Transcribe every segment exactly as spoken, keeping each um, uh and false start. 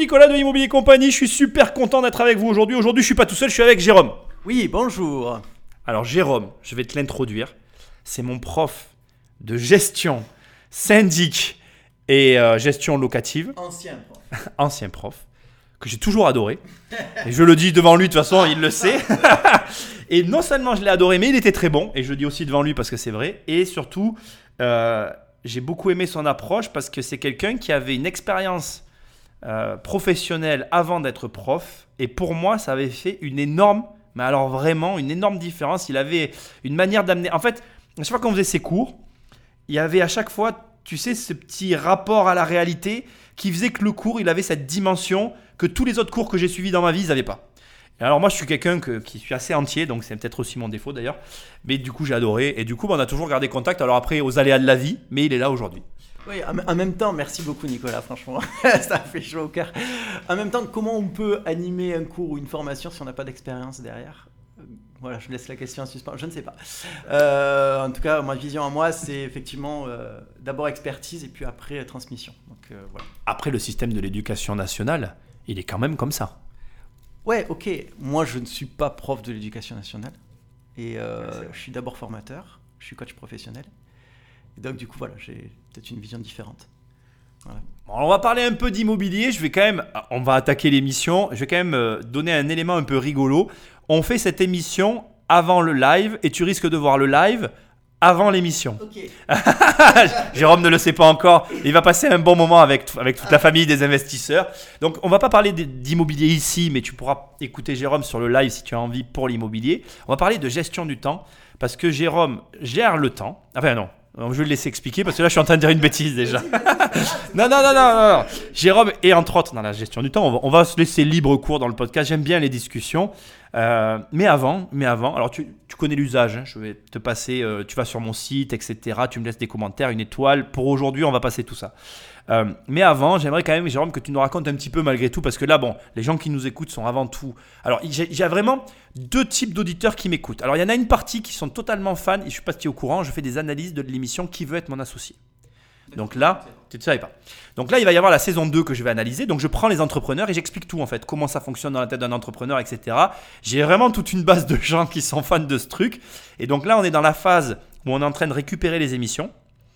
Nicolas de Immobilier Compagnie, je suis super content d'être avec vous aujourd'hui. Aujourd'hui, je suis pas tout seul, je suis avec Jérôme. Oui, bonjour. Alors Jérôme, je vais te l'introduire. C'est mon prof de gestion, syndic et euh, gestion locative. Ancien prof. Ancien prof, que j'ai toujours adoré. Et je le dis devant lui, de toute façon, il le sait. Et non seulement je l'ai adoré, mais il était très bon. Et je le dis aussi devant lui parce que c'est vrai. Et surtout, euh, j'ai beaucoup aimé son approche parce que c'est quelqu'un qui avait une expérience euh, professionnelle avant d'être prof. Et pour moi, ça avait fait une énorme, mais alors vraiment une énorme différence. Il avait une manière d'amener... En fait, à chaque fois qu'on faisait ses cours, il y avait à chaque fois, tu sais, ce petit rapport à la réalité qui faisait que le cours, il avait cette dimension que tous les autres cours que j'ai suivis dans ma vie, ils n'avaient pas. Et alors moi, je suis quelqu'un que, qui suis assez entier, donc c'est peut-être aussi mon défaut d'ailleurs. Mais du coup, j'ai adoré. Et du coup, on a toujours gardé contact. Alors après, aux aléas de la vie, mais il est là aujourd'hui. Oui, en même temps, merci beaucoup Nicolas, franchement, ça fait chaud au cœur. En même temps, comment on peut animer un cours ou une formation si on n'a pas d'expérience derrière ? Voilà, je laisse la question en suspens, je ne sais pas. Euh, en tout cas, ma vision à moi, c'est effectivement euh, d'abord expertise et puis après euh, transmission. Donc, euh, voilà. Après, le système de l'éducation nationale, il est quand même comme ça. Ouais, ok. Moi, je ne suis pas prof de l'éducation nationale. Et euh, je suis d'abord formateur, je suis coach professionnel. Et donc, du coup, voilà, j'ai peut-être une vision différente. Voilà. Bon, on va parler un peu d'immobilier. Je vais quand même, on va attaquer l'émission. Je vais quand même euh, donner un élément un peu rigolo. On fait cette émission avant le live et tu risques de voir le live avant l'émission. Ok. Jérôme ne le sait pas encore. Il va passer un bon moment avec, avec toute la famille des investisseurs. Donc, on va pas parler d'immobilier ici, mais tu pourras écouter Jérôme sur le live si tu as envie pour l'immobilier. On va parler de gestion du temps parce que Jérôme gère le temps. Enfin, non. Donc, je vais le laisser expliquer parce que là, je suis en train de dire une bêtise déjà. non, non, non, non, non. Jérôme est entre autres dans la gestion du temps. On va, on va se laisser libre cours dans le podcast. J'aime bien les discussions. Euh, mais avant, mais avant, alors tu, tu connais l'usage. Hein, je vais te passer, euh, tu vas sur mon site, et cetera. Tu me laisses des commentaires, une étoile. Pour aujourd'hui, on va passer tout ça. Euh, mais avant, j'aimerais quand même, Jérôme, que tu nous racontes un petit peu malgré tout, parce que là, bon, les gens qui nous écoutent sont avant tout. Alors, j'ai, j'ai vraiment deux types d'auditeurs qui m'écoutent. Alors, il y en a une partie qui sont totalement fans. Et je suis pas si au courant. Je fais des analyses de l'émission Qui veut être mon associé. Donc là, tu ne savais pas. Donc là, il va y avoir la saison deux que je vais analyser. Donc je prends les entrepreneurs et j'explique tout en fait. Comment ça fonctionne dans la tête d'un entrepreneur, et cetera. J'ai vraiment toute une base de gens qui sont fans de ce truc. Et donc là, on est dans la phase où on est en train de récupérer les émissions.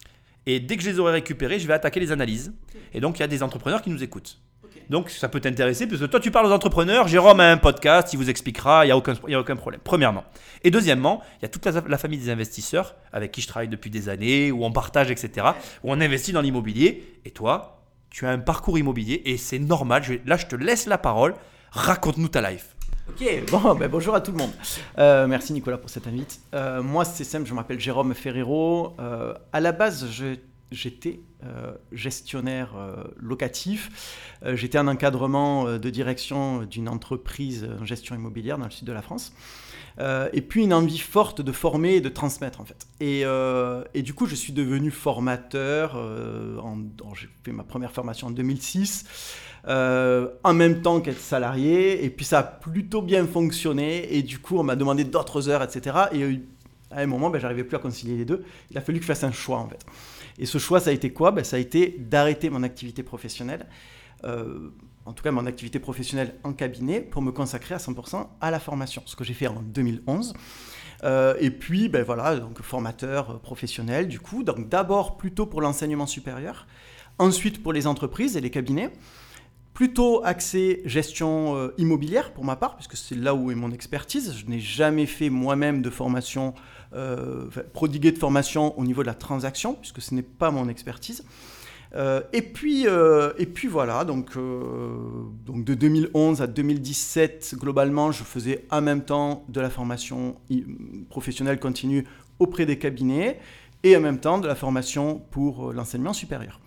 Et dès que je les aurai récupérées, je vais attaquer les analyses. Et donc, il y a des entrepreneurs qui nous écoutent. Donc ça peut t'intéresser parce que toi tu parles aux entrepreneurs, Jérôme a un podcast, il vous expliquera, il n'y a aucun, il y a aucun problème, premièrement. Et deuxièmement, il y a toute la, la famille des investisseurs avec qui je travaille depuis des années, où on partage, et cetera, où on investit dans l'immobilier. Et toi, tu as un parcours immobilier et c'est normal, je vais, là je te laisse la parole, raconte-nous ta life. Ok, bon, ben bonjour à tout le monde. Euh, merci Nicolas pour cette invite. Euh, moi c'est simple, je m'appelle Jérôme Ferrero. Euh, à la base, je... J'étais euh, gestionnaire euh, locatif. Euh, j'étais en encadrement euh, de direction d'une entreprise en gestion immobilière dans le sud de la France. Euh, et puis une envie forte de former et de transmettre en fait. Et, euh, et du coup, je suis devenu formateur. Euh, en, en, j'ai fait ma première formation en deux mille six. Euh, en même temps qu'être salarié. Et puis ça a plutôt bien fonctionné. Et du coup, on m'a demandé d'autres heures, et cetera. Et à un moment, ben, j'arrivais plus à concilier les deux. Il a fallu que je fasse un choix en fait. Et ce choix, ça a été quoi ? Ben, ça a été d'arrêter mon activité professionnelle, euh, en tout cas mon activité professionnelle en cabinet, pour me consacrer à cent pour cent à la formation, ce que j'ai fait en deux mille onze. Euh, et puis, ben voilà, donc formateur professionnel du coup, donc d'abord plutôt pour l'enseignement supérieur, ensuite pour les entreprises et les cabinets, plutôt axé gestion euh, immobilière pour ma part, puisque c'est là où est mon expertise. Je n'ai jamais fait moi-même de formation, euh, enfin, prodigué de formation au niveau de la transaction, puisque ce n'est pas mon expertise. Euh, et, puis, euh, et puis voilà, donc, euh, donc de deux mille onze à deux mille dix-sept, globalement, je faisais en même temps de la formation professionnelle continue auprès des cabinets et en même temps de la formation pour l'enseignement supérieur.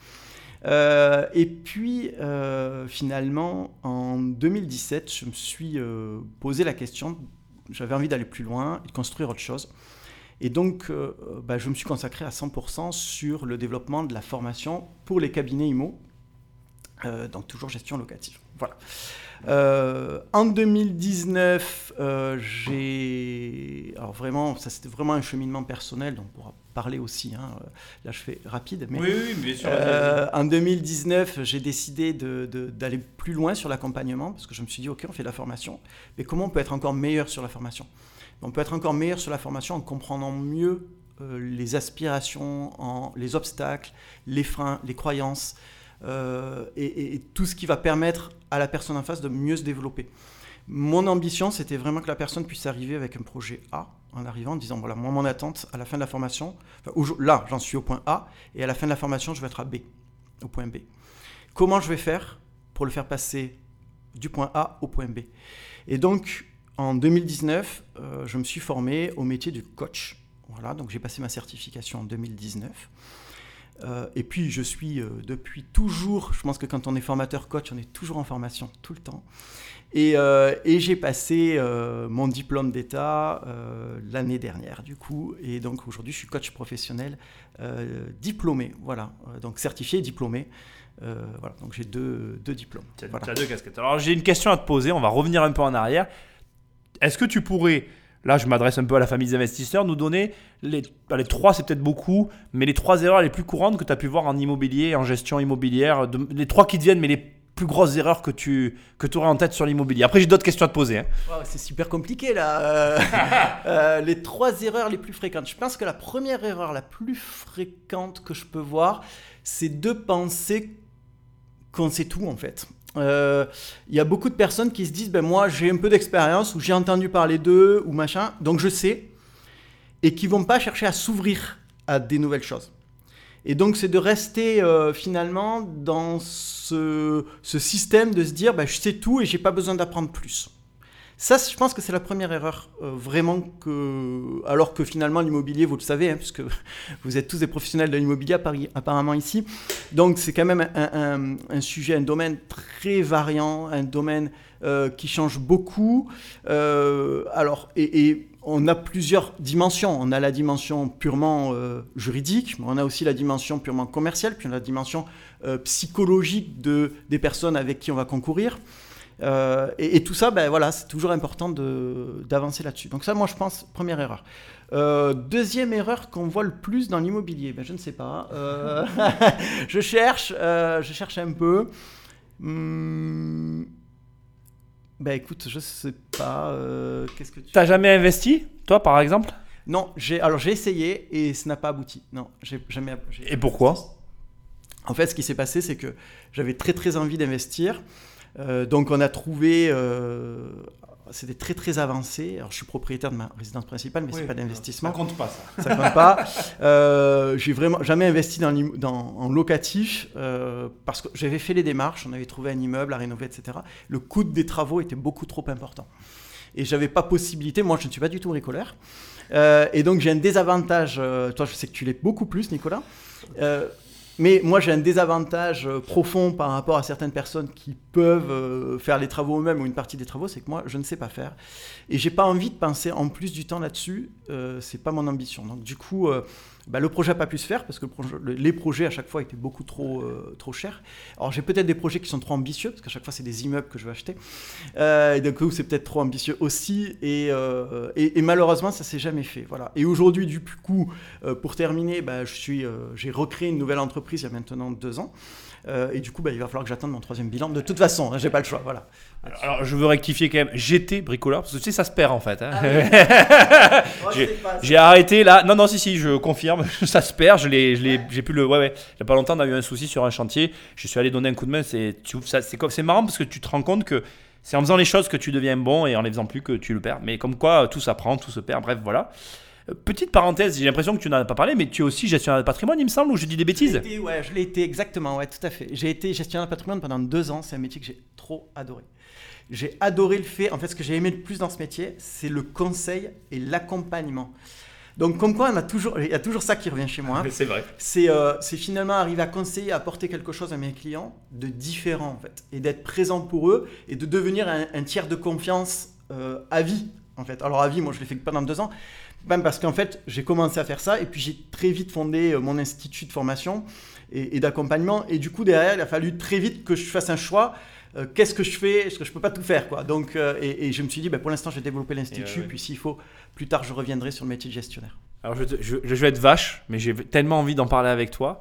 Euh, et puis, euh, finalement, en deux mille dix-sept, je me suis euh, posé la question, j'avais envie d'aller plus loin et de construire autre chose. Et donc, euh, bah, je me suis consacré à cent pour cent sur le développement de la formation pour les cabinets immo, euh, donc toujours gestion locative. Voilà. Euh, en deux mille dix-neuf, euh, j'ai... Alors vraiment, ça c'était vraiment un cheminement personnel, donc on ne pourra parler aussi. Hein. Là, je fais rapide. Mais, oui, oui, bien sûr. Euh, en deux mille dix-neuf, j'ai décidé de, de, d'aller plus loin sur l'accompagnement parce que je me suis dit, OK, on fait de la formation, mais comment on peut être encore meilleur sur la formation ? On peut être encore meilleur sur la formation en comprenant mieux euh, les aspirations, en, les obstacles, les freins, les croyances euh, et, et, et tout ce qui va permettre à la personne en face de mieux se développer. Mon ambition, c'était vraiment que la personne puisse arriver avec un projet A en arrivant en disant, voilà, moi, mon attente à la fin de la formation, enfin, là, j'en suis au point A et à la fin de la formation, je vais être à B, au point B. Comment je vais faire pour le faire passer du point A au point B ? Et donc, en deux mille dix-neuf, euh, je me suis formé au métier du coach. Voilà, donc j'ai passé ma certification en deux mille dix-neuf. Euh, et puis, je suis euh, depuis toujours, je pense que quand on est formateur coach, on est toujours en formation, tout le temps. Et, euh, et j'ai passé euh, mon diplôme d'État euh, l'année dernière, du coup. Et donc, aujourd'hui, je suis coach professionnel euh, diplômé, voilà. Donc, certifié et diplômé. Euh, voilà, donc j'ai deux, deux diplômes. Tu as, voilà. tu as deux casquettes. Alors, j'ai une question à te poser, on va revenir un peu en arrière. Est-ce que tu pourrais, là je m'adresse un peu à la famille des investisseurs, nous donner les, les trois, c'est peut-être beaucoup, mais les trois erreurs les plus courantes que tu as pu voir en immobilier, en gestion immobilière, de, les trois qui te viennent, mais les plus grosses erreurs que tu que tu aurais en tête sur l'immobilier. Après, j'ai d'autres questions à te poser. Hein. Wow, c'est super compliqué là. Euh, euh, les trois erreurs les plus fréquentes. Je pense que la première erreur la plus fréquente que je peux voir, c'est de penser qu'on sait tout en fait. Il euh, y a beaucoup de personnes qui se disent ben moi j'ai un peu d'expérience ou j'ai entendu parler d'eux ou machin, donc je sais, et qui vont pas chercher à s'ouvrir à des nouvelles choses. Et donc c'est de rester euh, finalement dans ce, ce système de se dire ben, je sais tout et j'ai pas besoin d'apprendre plus. Ça, je pense que c'est la première erreur, euh, vraiment, que, alors que finalement l'immobilier, vous le savez, hein, puisque vous êtes tous des professionnels de l'immobilier apparemment ici, donc c'est quand même un, un, un sujet, un domaine très variant, un domaine euh, qui change beaucoup. Euh, alors, et, et on a plusieurs dimensions. On a la dimension purement euh, juridique, mais on a aussi la dimension purement commerciale, puis on a la dimension euh, psychologique de, des personnes avec qui on va concourir. Euh, et, et tout ça, ben voilà, c'est toujours important de, d'avancer là-dessus. Donc ça, moi, je pense, première erreur. Euh, deuxième erreur qu'on voit le plus dans l'immobilier, ben, je ne sais pas. Euh, je cherche, euh, je cherche un peu. Hum, ben écoute, je sais pas. Euh, qu'est-ce que tu... T'as jamais investi, toi, par exemple ? Non, j'ai, alors j'ai essayé et ça n'a pas abouti. Non, j'ai jamais. J'ai... Et pourquoi ? En fait, ce qui s'est passé, c'est que j'avais très très envie d'investir. Euh, donc on a trouvé, euh, c'était très très avancé. Alors je suis propriétaire de ma résidence principale, mais oui, c'est pas d'investissement. Ça compte pas ça. Ça compte pas. Euh, j'ai vraiment jamais investi dans, dans en locatif euh, parce que j'avais fait les démarches, on avait trouvé un immeuble à rénover, et cetera. Le coût des travaux était beaucoup trop important et j'avais pas possibilité. Moi, je ne suis pas du tout bricoleur euh, et donc j'ai un désavantage. Euh, toi, je sais que tu l'es beaucoup plus, Nicolas. Euh, Mais moi, j'ai un désavantage profond par rapport à certaines personnes qui peuvent faire les travaux eux-mêmes ou une partie des travaux, c'est que moi, je ne sais pas faire. Et je n'ai pas envie de penser en plus du temps là-dessus. Euh, ce n'est pas mon ambition. Donc, du coup, euh, bah, le projet n'a pas pu se faire parce que le projet, le, les projets, à chaque fois, étaient beaucoup trop, euh, trop chers. Alors, j'ai peut-être des projets qui sont trop ambitieux parce qu'à chaque fois, c'est des immeubles que je veux acheter. Euh, et donc, c'est peut-être trop ambitieux aussi. Et, euh, et, et malheureusement, ça ne s'est jamais fait. Voilà. Et aujourd'hui, du coup, euh, pour terminer, bah, je suis, euh, j'ai recréé une nouvelle entreprise il y a maintenant deux ans. Euh, et du coup, bah, il va falloir que j'attende mon troisième bilan. De toute façon, hein, j'ai pas le choix. Voilà. Alors, alors, je veux rectifier quand même. J'étais bricoleur parce que tu sais, ça se perd en fait. Hein. Ah oui. j'ai, j'ai arrêté là. Non, non, si, si, je confirme. Ça se perd. Je l'ai, je l'ai, j'ai pu le. Ouais, ouais. Il y a pas longtemps, on a eu un souci sur un chantier. Je suis allé donner un coup de main. C'est, tu, ça, c'est, c'est marrant parce que tu te rends compte que c'est en faisant les choses que tu deviens bon et en les faisant plus que tu le perds. Mais comme quoi, tout s'apprend, tout se perd. Bref, voilà. Petite parenthèse, j'ai l'impression que tu n'en as pas parlé, mais tu es aussi gestionnaire de patrimoine, il me semble, ou je dis des bêtises ? Je l'ai été, ouais, je l'ai été, exactement, ouais, tout à fait. J'ai été gestionnaire de patrimoine pendant deux ans, c'est un métier que j'ai trop adoré. J'ai adoré le fait, en fait, ce que j'ai aimé le plus dans ce métier, c'est le conseil et l'accompagnement. Donc, comme quoi, on a toujours, il y a toujours ça qui revient chez moi. Hein. C'est vrai. C'est, euh, c'est finalement arriver à conseiller, à apporter quelque chose à mes clients de différent, en fait, et d'être présent pour eux, et de devenir un, un tiers de confiance euh, à vie, en fait. Alors, à vie, moi, je l'ai fait pendant deux ans. Même parce qu'en fait, j'ai commencé à faire ça et puis j'ai très vite fondé mon institut de formation et, et d'accompagnement. Et du coup, derrière, il a fallu très vite que je fasse un choix. Euh, qu'est-ce que je fais ? Parce que je ne peux pas tout faire, quoi. Donc, euh, et, et je me suis dit, bah, pour l'instant, je vais développer l'institut. Et euh, oui. Puis s'il faut, plus tard, je reviendrai sur le métier de gestionnaire. Alors je, te- je, je vais être vache, mais j'ai tellement envie d'en parler avec toi.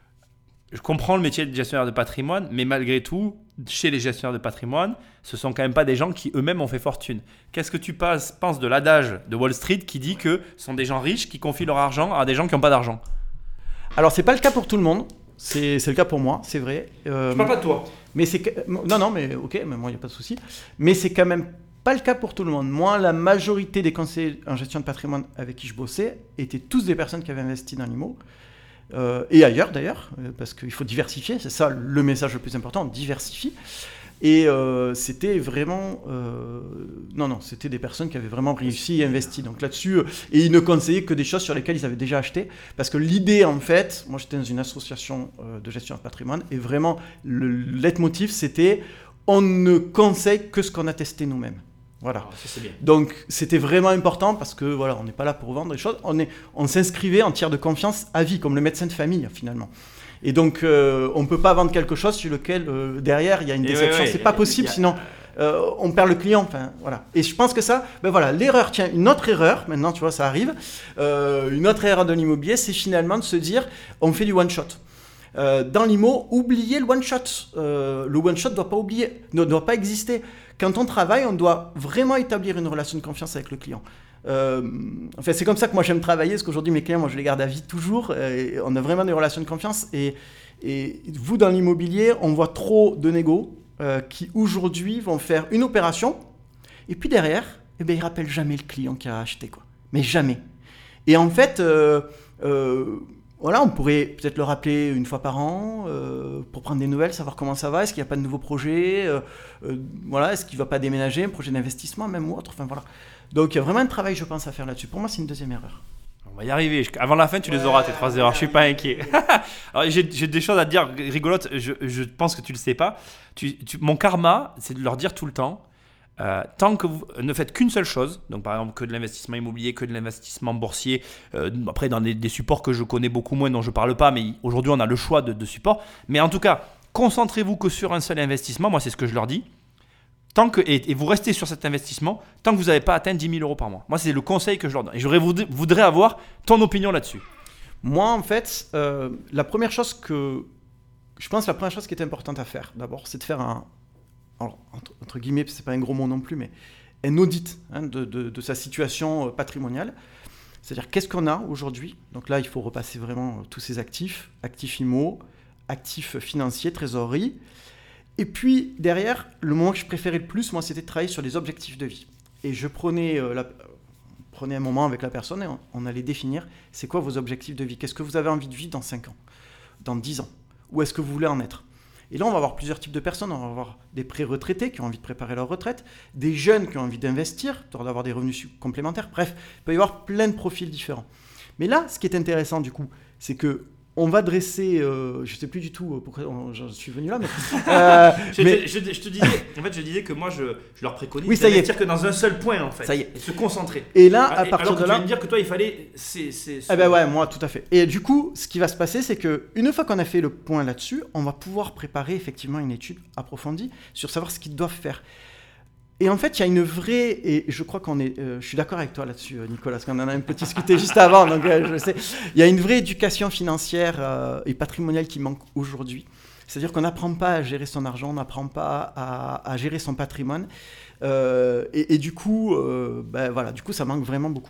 Je comprends le métier de gestionnaire de patrimoine, mais malgré tout, chez les gestionnaires de patrimoine, ce sont quand même pas des gens qui eux-mêmes ont fait fortune. Qu'est-ce que tu penses, penses de l'adage de Wall Street qui dit que ce sont des gens riches qui confient leur argent à des gens qui n'ont pas d'argent? Alors, c'est pas le cas pour tout le monde. C'est, c'est le cas pour moi, c'est vrai. Euh, Je parle pas de toi. Mais c'est que- non, non, mais ok, mais moi, il n'y a pas de souci. Mais c'est quand même pas le cas pour tout le monde. Moi, la majorité des conseillers en gestion de patrimoine avec qui je bossais étaient tous des personnes qui avaient investi dans l'immo. Euh, et ailleurs d'ailleurs, euh, parce qu'il faut diversifier, c'est ça le message le plus important, on diversifie. Et euh, c'était vraiment... euh, non, non, c'était des personnes qui avaient vraiment réussi et investi. Donc là-dessus, euh, et ils ne conseillaient que des choses sur lesquelles ils avaient déjà acheté. Parce que l'idée, en fait, moi j'étais dans une association euh, de gestion de patrimoine, et vraiment, le leitmotiv, c'était on ne conseille que ce qu'on a testé nous-mêmes. Voilà. Ah, ça, c'est bien. Donc c'était vraiment important parce que voilà, on n'est pas là pour vendre des choses, on, est, on s'inscrivait en tiers de confiance à vie, comme le médecin de famille finalement. Et donc euh, on ne peut pas vendre quelque chose sur lequel euh, derrière il y a une Et déception, ouais, ouais, c'est y a- pas possible, y a- sinon euh, on perd le client. Enfin voilà. Et je pense que ça, ben voilà, l'erreur, tiens, une autre erreur, maintenant tu vois ça arrive, euh, une autre erreur de l'immobilier, c'est finalement de se dire on fait du one shot. Euh, dans l'immo, oubliez le one shot. Euh, le one shot doit pas oublier, ne doit pas exister. Quand on travaille, on doit vraiment établir une relation de confiance avec le client. Euh, enfin, c'est comme ça que moi j'aime travailler, parce qu'aujourd'hui mes clients, moi je les garde à vie toujours. Euh, on a vraiment des relations de confiance. Et, et vous, dans l'immobilier, on voit trop de négos euh, qui aujourd'hui vont faire une opération, et puis derrière, eh ben, ils rappellent jamais le client qui a acheté, quoi. Mais jamais. Et en fait, euh, euh, voilà, on pourrait peut-être le rappeler une fois par an euh, pour prendre des nouvelles, savoir comment ça va, est-ce qu'il n'y a pas de nouveaux projets, euh, euh, voilà, est-ce qu'il ne va pas déménager, un projet d'investissement même ou autre, enfin voilà. Donc il y a vraiment un travail, je pense, à faire là-dessus. Pour moi, c'est une deuxième erreur. On va y arriver. Je- Avant la fin, tu les Ouais, auras, tes trois erreurs. Je suis pas ouais. inquiet. Alors, j'ai, j'ai des choses à te dire rigolotes. Je, je pense que tu le sais pas. Tu, tu- mon karma, c'est de leur dire tout le temps, euh, tant que vous ne faites qu'une seule chose, donc par exemple que de l'investissement immobilier, que de l'investissement boursier, euh, après dans des, des supports que je connais beaucoup moins, dont je parle pas, mais aujourd'hui on a le choix de, de supports. Mais en tout cas, concentrez-vous que sur un seul investissement. Moi, c'est ce que je leur dis. Tant que, et, et vous restez sur cet investissement tant que vous n'avez pas atteint dix mille euros par mois. Moi, c'est le conseil que je leur donne. Et j'aurais voudrais, voudrais avoir ton opinion là-dessus. Moi, en fait, euh, la première chose que... Je pense que la première chose qui est importante à faire, d'abord, c'est de faire un... Alors, entre, entre guillemets, c'est pas un gros mot non plus, mais un audit hein, de, de, de sa situation euh, patrimoniale. C'est-à-dire, qu'est-ce qu'on a aujourd'hui? Donc là, il faut repasser vraiment euh, tous ces actifs, actifs immo, actifs financiers, trésorerie. Et puis, derrière, le moment que je préférais le plus, moi, c'était de travailler sur les objectifs de vie. Et je prenais, euh, la, prenais un moment avec la personne et on, on allait définir, c'est quoi vos objectifs de vie? Qu'est-ce que vous avez envie de vivre dans cinq ans? Dans dix ans? Où est-ce que vous voulez en être? Et là, on va avoir plusieurs types de personnes. On va avoir des pré-retraités qui ont envie de préparer leur retraite, des jeunes qui ont envie d'investir, d'avoir des revenus complémentaires. Bref, il peut y avoir plein de profils différents. Mais là, ce qui est intéressant, du coup, c'est que on va dresser, euh, je ne sais plus du tout pourquoi on- je suis venu là, mais... euh, Je, mais- te, je te- je te disais, en fait, je disais que moi, je, je leur préconise Oui, ça y est. d'investir que dans un seul point, en fait. Ça y est. Et se concentrer. Et là, Ah, à et- partir alors que de tu là... viens de dire que toi, il fallait... C'est, c'est, Eh ben ouais, moi, tout à fait. Et du coup, ce qui va se passer, c'est que une fois qu'on a fait le point là-dessus, on va pouvoir préparer effectivement une étude approfondie sur savoir ce qu'ils doivent faire. Et en fait, il y a une vraie, et je crois qu'on est, euh, je suis d'accord avec toi là-dessus, euh, Nicolas, parce qu'on en a un peu discuté juste avant, donc euh, je sais. Il y a une vraie éducation financière euh, et patrimoniale qui manque aujourd'hui. C'est-à-dire qu'on n'apprend pas à gérer son argent, on n'apprend pas à, à gérer son patrimoine, euh, et, et du coup, euh, ben voilà, du coup, ça manque vraiment beaucoup.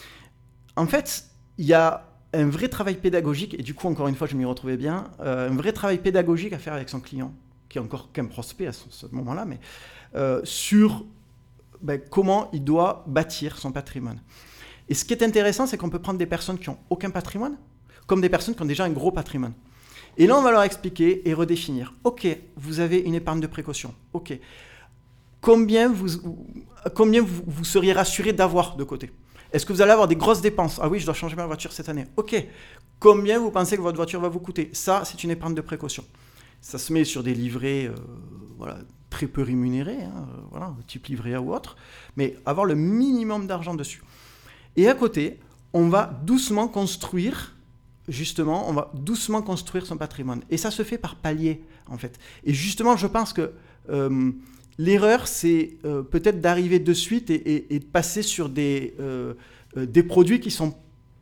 En fait, il y a un vrai travail pédagogique, et du coup, encore une fois, je m'y retrouvais bien, euh, un vrai travail pédagogique à faire avec son client, qui est encore qu'un prospect à ce, ce moment-là, mais euh, sur ben, comment il doit bâtir son patrimoine. Et ce qui est intéressant, c'est qu'on peut prendre des personnes qui n'ont aucun patrimoine, comme des personnes qui ont déjà un gros patrimoine. Et là, on va leur expliquer et redéfinir. Ok, vous avez une épargne de précaution. Ok, combien vous, combien vous, vous seriez rassuré d'avoir de côté? Est-ce que vous allez avoir des grosses dépenses? Ah oui, je dois changer ma voiture cette année. Ok, combien vous pensez que votre voiture va vous coûter? Ça, c'est une épargne de précaution. Ça se met sur des livrets euh, voilà, très peu rémunérés, hein, voilà, type livret A ou autre, mais avoir le minimum d'argent dessus. Et à côté, on va doucement construire, justement, on va doucement construire son patrimoine. Et ça se fait par palier, en fait. Et justement, je pense que euh, l'erreur, c'est euh, peut-être d'arriver de suite et, et, et de passer sur des, euh, euh, des produits qui sont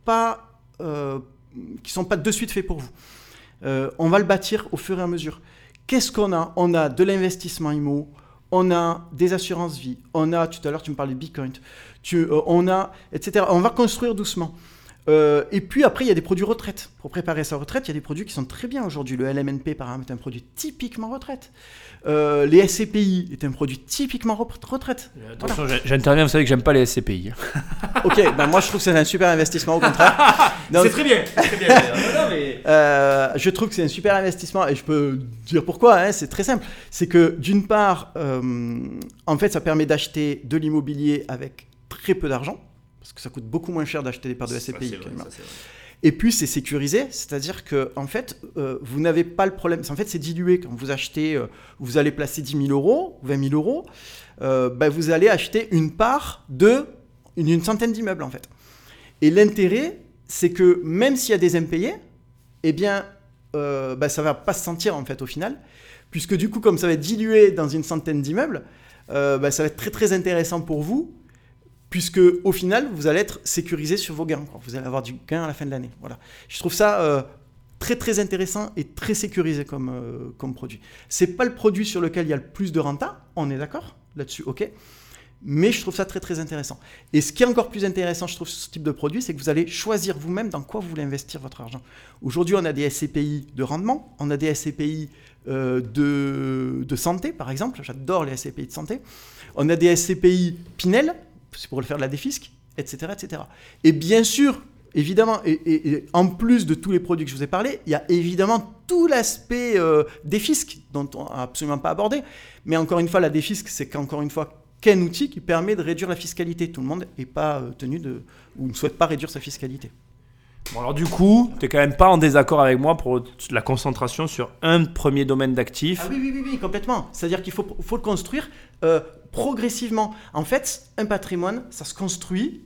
pas, euh, qui sont pas de suite faits pour vous. Euh, on va le bâtir au fur et à mesure. Qu'est-ce qu'on a ? On a de l'investissement immo, on a des assurances vie, on a, tout à l'heure tu me parlais de Bitcoin, tu, euh, on a, et cetera. On va construire doucement. Euh, et puis après, il y a des produits retraite. Pour préparer sa retraite, il y a des produits qui sont très bien aujourd'hui. Le L M N P, par exemple, est un produit typiquement retraite. Euh, les S C P I est un produit typiquement retraite. Attention, voilà. J'interviens, vous savez que j'aime pas les S C P I. Ok, ben moi je trouve que c'est un super investissement, au contraire. Donc, c'est très bien. C'est très bien non, mais... euh, je trouve que c'est un super investissement et je peux dire pourquoi, hein, c'est très simple. C'est que d'une part, euh, en fait, ça permet d'acheter de l'immobilier avec très peu d'argent. Parce que ça coûte beaucoup moins cher d'acheter des parts de S C P I. Ça, vrai, ça, et puis c'est sécurisé, c'est-à-dire que en fait, euh, vous n'avez pas le problème. En fait, c'est dilué. Quand vous achetez, euh, vous allez placer dix mille euros, vingt mille euros, euh, bah, vous allez acheter une part de une, une centaine d'immeubles en fait. Et l'intérêt, c'est que même s'il y a des impayés, eh bien, euh, bah, ça va pas se sentir en fait au final, puisque du coup, comme ça va être dilué dans une centaine d'immeubles, euh, bah, ça va être très très intéressant pour vous. Puisque au final, vous allez être sécurisé sur vos gains. Quoi. Vous allez avoir du gain à la fin de l'année. Voilà. Je trouve ça euh, très très intéressant et très sécurisé comme, euh, comme produit. C'est pas le produit sur lequel il y a le plus de renta, on est d'accord là-dessus, ok. Mais je trouve ça très très intéressant. Et ce qui est encore plus intéressant, je trouve, sur ce type de produit, c'est que vous allez choisir vous-même dans quoi vous voulez investir votre argent. Aujourd'hui, on a des S C P I de rendement, on a des S C P I euh, de, de santé, par exemple. J'adore les S C P I de santé. On a des S C P I Pinel. C'est pour le faire de la défisque, et cetera, et cetera. Et bien sûr, évidemment, et, et, et en plus de tous les produits que je vous ai parlé, il y a évidemment tout l'aspect euh, défisque dont on n'a absolument pas abordé. Mais encore une fois, la défisque, c'est qu'encore une fois, qu'un outil qui permet de réduire la fiscalité. Tout le monde n'est pas euh, tenu de, ou ne souhaite pas réduire sa fiscalité. Bon alors du coup, tu n'es quand même pas en désaccord avec moi pour la concentration sur un premier domaine d'actifs. Ah oui, oui, oui, oui, complètement. C'est-à-dire qu'il faut, faut le construire euh, progressivement. En fait, un patrimoine, ça se construit,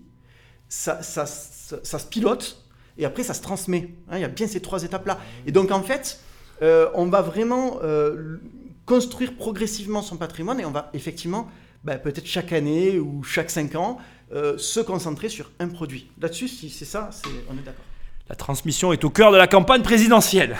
ça, ça, ça, ça se pilote, et après ça se transmet. Hein, il y a bien ces trois étapes-là. Et donc en fait, euh, on va vraiment euh, construire progressivement son patrimoine, et on va effectivement, bah, peut-être chaque année ou chaque cinq ans, euh, se concentrer sur un produit. Là-dessus, si c'est ça, c'est, on est d'accord. La transmission est au cœur de la campagne présidentielle.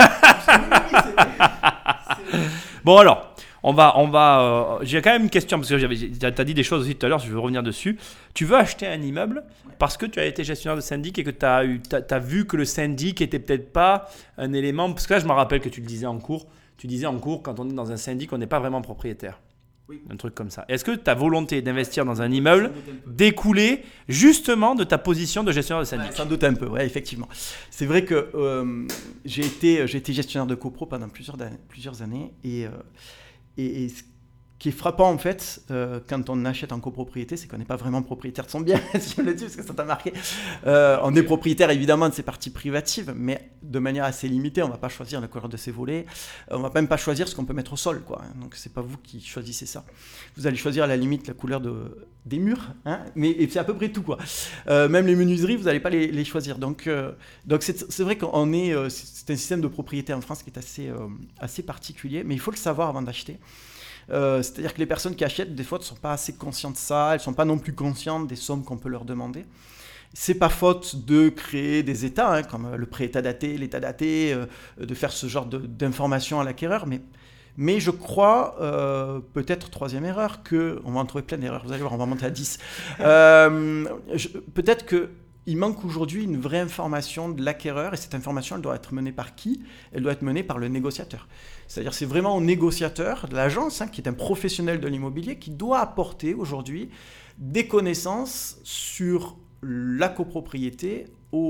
Bon alors, on va, on va. Euh, j'ai quand même une question parce que tu as dit des choses aussi tout à l'heure. Je veux revenir dessus. Tu veux acheter un immeuble parce que tu as été gestionnaire de syndic et que tu as eu, t'as, t'as vu que le syndic était peut-être pas un élément. Parce que là, je me rappelle que tu le disais en cours. Tu disais en cours, quand on est dans un syndic, on n'est pas vraiment propriétaire. Oui. Un truc comme ça. Est-ce que ta volonté d'investir dans un immeuble découlait justement de ta position de gestionnaire de syndic ? Ouais, sans doute un peu, oui, effectivement. C'est vrai que euh, j'ai, été, j'ai été gestionnaire de copro pendant plusieurs, plusieurs années et, euh, et, et ce qui est frappant en fait euh, quand on achète en copropriété, c'est qu'on n'est pas vraiment propriétaire de son bien, si je le dis parce que ça t'a marqué. Euh, on est propriétaire évidemment de ses parties privatives, mais de manière assez limitée. On ne va pas choisir la couleur de ses volets, on ne va même pas choisir ce qu'on peut mettre au sol, quoi. Donc c'est pas vous qui choisissez ça. Vous allez choisir à la limite la couleur de, des murs, hein, mais et c'est à peu près tout, quoi. Euh, même les menuiseries, vous n'allez pas les, les choisir. Donc, euh, donc c'est, c'est vrai qu'on est, euh, c'est un système de propriété en France qui est assez, euh, assez particulier, mais il faut le savoir avant d'acheter. Euh, c'est-à-dire que les personnes qui achètent, des fois, ne sont pas assez conscientes de ça, elles ne sont pas non plus conscientes des sommes qu'on peut leur demander. C'est pas faute de créer des états, hein, comme le pré-état daté, l'état daté, euh, de faire ce genre de, d'informations à l'acquéreur, mais, mais je crois, euh, peut-être troisième erreur, que, on va en trouver plein d'erreurs, vous allez voir, on va monter à dix. Euh, je, peut-être que il manque aujourd'hui une vraie information de l'acquéreur, et cette information, elle doit être menée par qui ? Elle doit être menée par le négociateur. C'est-à-dire c'est vraiment au négociateur de l'agence, hein, qui est un professionnel de l'immobilier, qui doit apporter aujourd'hui des connaissances sur la copropriété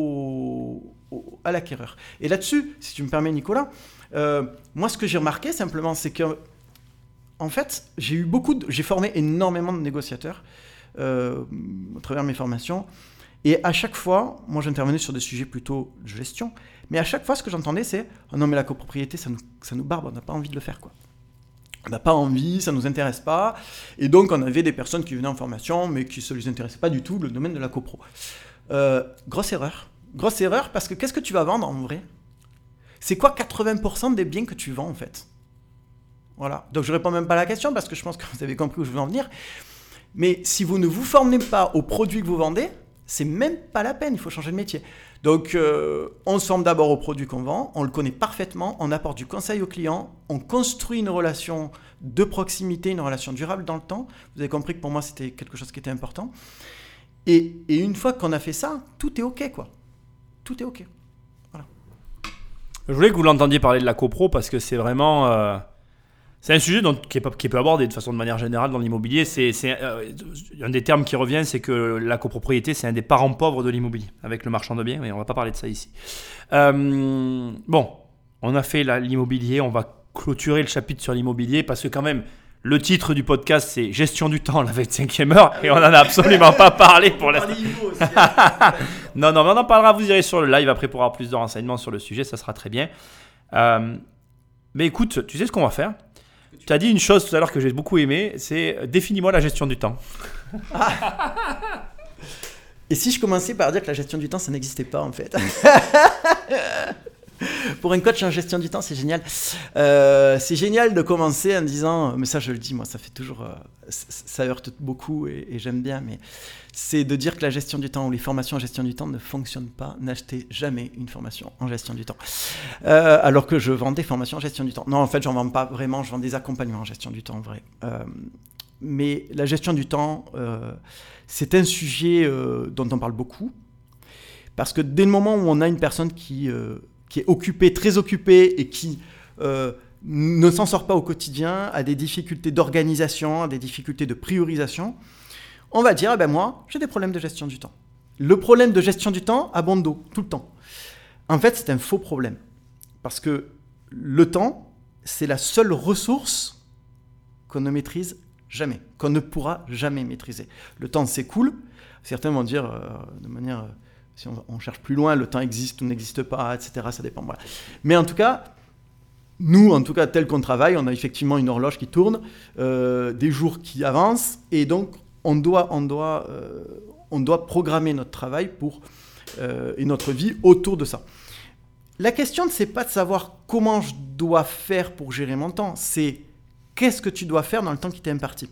au, au, à l'acquéreur. Et là-dessus, si tu me permets Nicolas, euh, moi ce que j'ai remarqué simplement, c'est que en fait, j'ai eu beaucoup de, j'ai formé énormément de négociateurs euh, à travers mes formations. Et à chaque fois, moi j'intervenais sur des sujets plutôt de gestion, mais à chaque fois ce que j'entendais c'est oh « non mais la copropriété ça nous, ça nous barbe, on n'a pas envie de le faire quoi. On n'a pas envie, ça ne nous intéresse pas ». Et donc on avait des personnes qui venaient en formation mais qui ne les intéressait pas du tout le domaine de la copro. Euh, grosse erreur, grosse erreur parce que qu'est-ce que tu vas vendre en vrai ? C'est quoi quatre-vingts pour cent des biens que tu vends en fait ? Voilà, donc je ne réponds même pas à la question parce que je pense que vous avez compris où je veux en venir. Mais si vous ne vous formez pas aux produits que vous vendez, c'est même pas la peine, il faut changer de métier. Donc, euh, on se forme d'abord au produit qu'on vend, on le connaît parfaitement, on apporte du conseil au client, on construit une relation de proximité, une relation durable dans le temps. Vous avez compris que pour moi, c'était quelque chose qui était important. Et, et une fois qu'on a fait ça, tout est OK, quoi. Tout est OK. Voilà. Je voulais que vous l'entendiez parler de la copro parce que c'est vraiment... Euh, c'est un sujet dont, qui, est, qui peut aborder de façon de manière générale dans l'immobilier. C'est, c'est, euh, un des termes qui revient, c'est que la copropriété, c'est un des parents pauvres de l'immobilier, avec le marchand de biens, mais on ne va pas parler de ça ici. Euh, bon, on a fait la, l'immobilier, on va clôturer le chapitre sur l'immobilier parce que quand même, le titre du podcast, c'est « Gestion du temps, la vingt-cinquième heure » et on n'en a absolument pas parlé pour l'instant. non, non, mais on en parlera, vous irez sur le live après pour avoir plus de renseignements sur le sujet, ça sera très bien. Euh, mais écoute, tu sais ce qu'on va faire ? Tu as dit une chose tout à l'heure que j'ai beaucoup aimé, c'est « Définis-moi la gestion du temps ». Et si je commençais par dire que la gestion du temps, ça n'existait pas en fait. Pour un coach en gestion du temps, c'est génial. Euh, c'est génial de commencer en disant, mais ça je le dis, moi ça fait toujours, euh, ça, ça heurte beaucoup et, et j'aime bien, mais c'est de dire que la gestion du temps ou les formations en gestion du temps ne fonctionnent pas. N'achetez jamais une formation en gestion du temps. Euh, alors que je vends des formations en gestion du temps. Non, en fait, j'en vends pas vraiment, je vends des accompagnements en gestion du temps, en vrai. Euh, mais la gestion du temps, euh, c'est un sujet euh, dont on parle beaucoup. Parce que dès le moment où on a une personne qui... Euh, qui est occupé, très occupé et qui euh, ne s'en sort pas au quotidien, a des difficultés d'organisation, a des difficultés de priorisation, on va dire, eh ben moi, j'ai des problèmes de gestion du temps. Le problème de gestion du temps a bon dos, tout le temps. En fait, c'est un faux problème. Parce que le temps, c'est la seule ressource qu'on ne maîtrise jamais, qu'on ne pourra jamais maîtriser. Le temps s'écoule. Certains vont dire euh, de manière... Euh, si on, on cherche plus loin, le temps existe ou n'existe pas, et cetera. Ça dépend. Voilà. Mais en tout cas, nous, en tout cas, tel qu'on travaille, on a effectivement une horloge qui tourne, euh, des jours qui avancent, et donc on doit, on doit, euh, on doit programmer notre travail pour, euh, et notre vie autour de ça. La question, ce n'est pas de savoir comment je dois faire pour gérer mon temps, c'est qu'est-ce que tu dois faire dans le temps qui t'est imparti.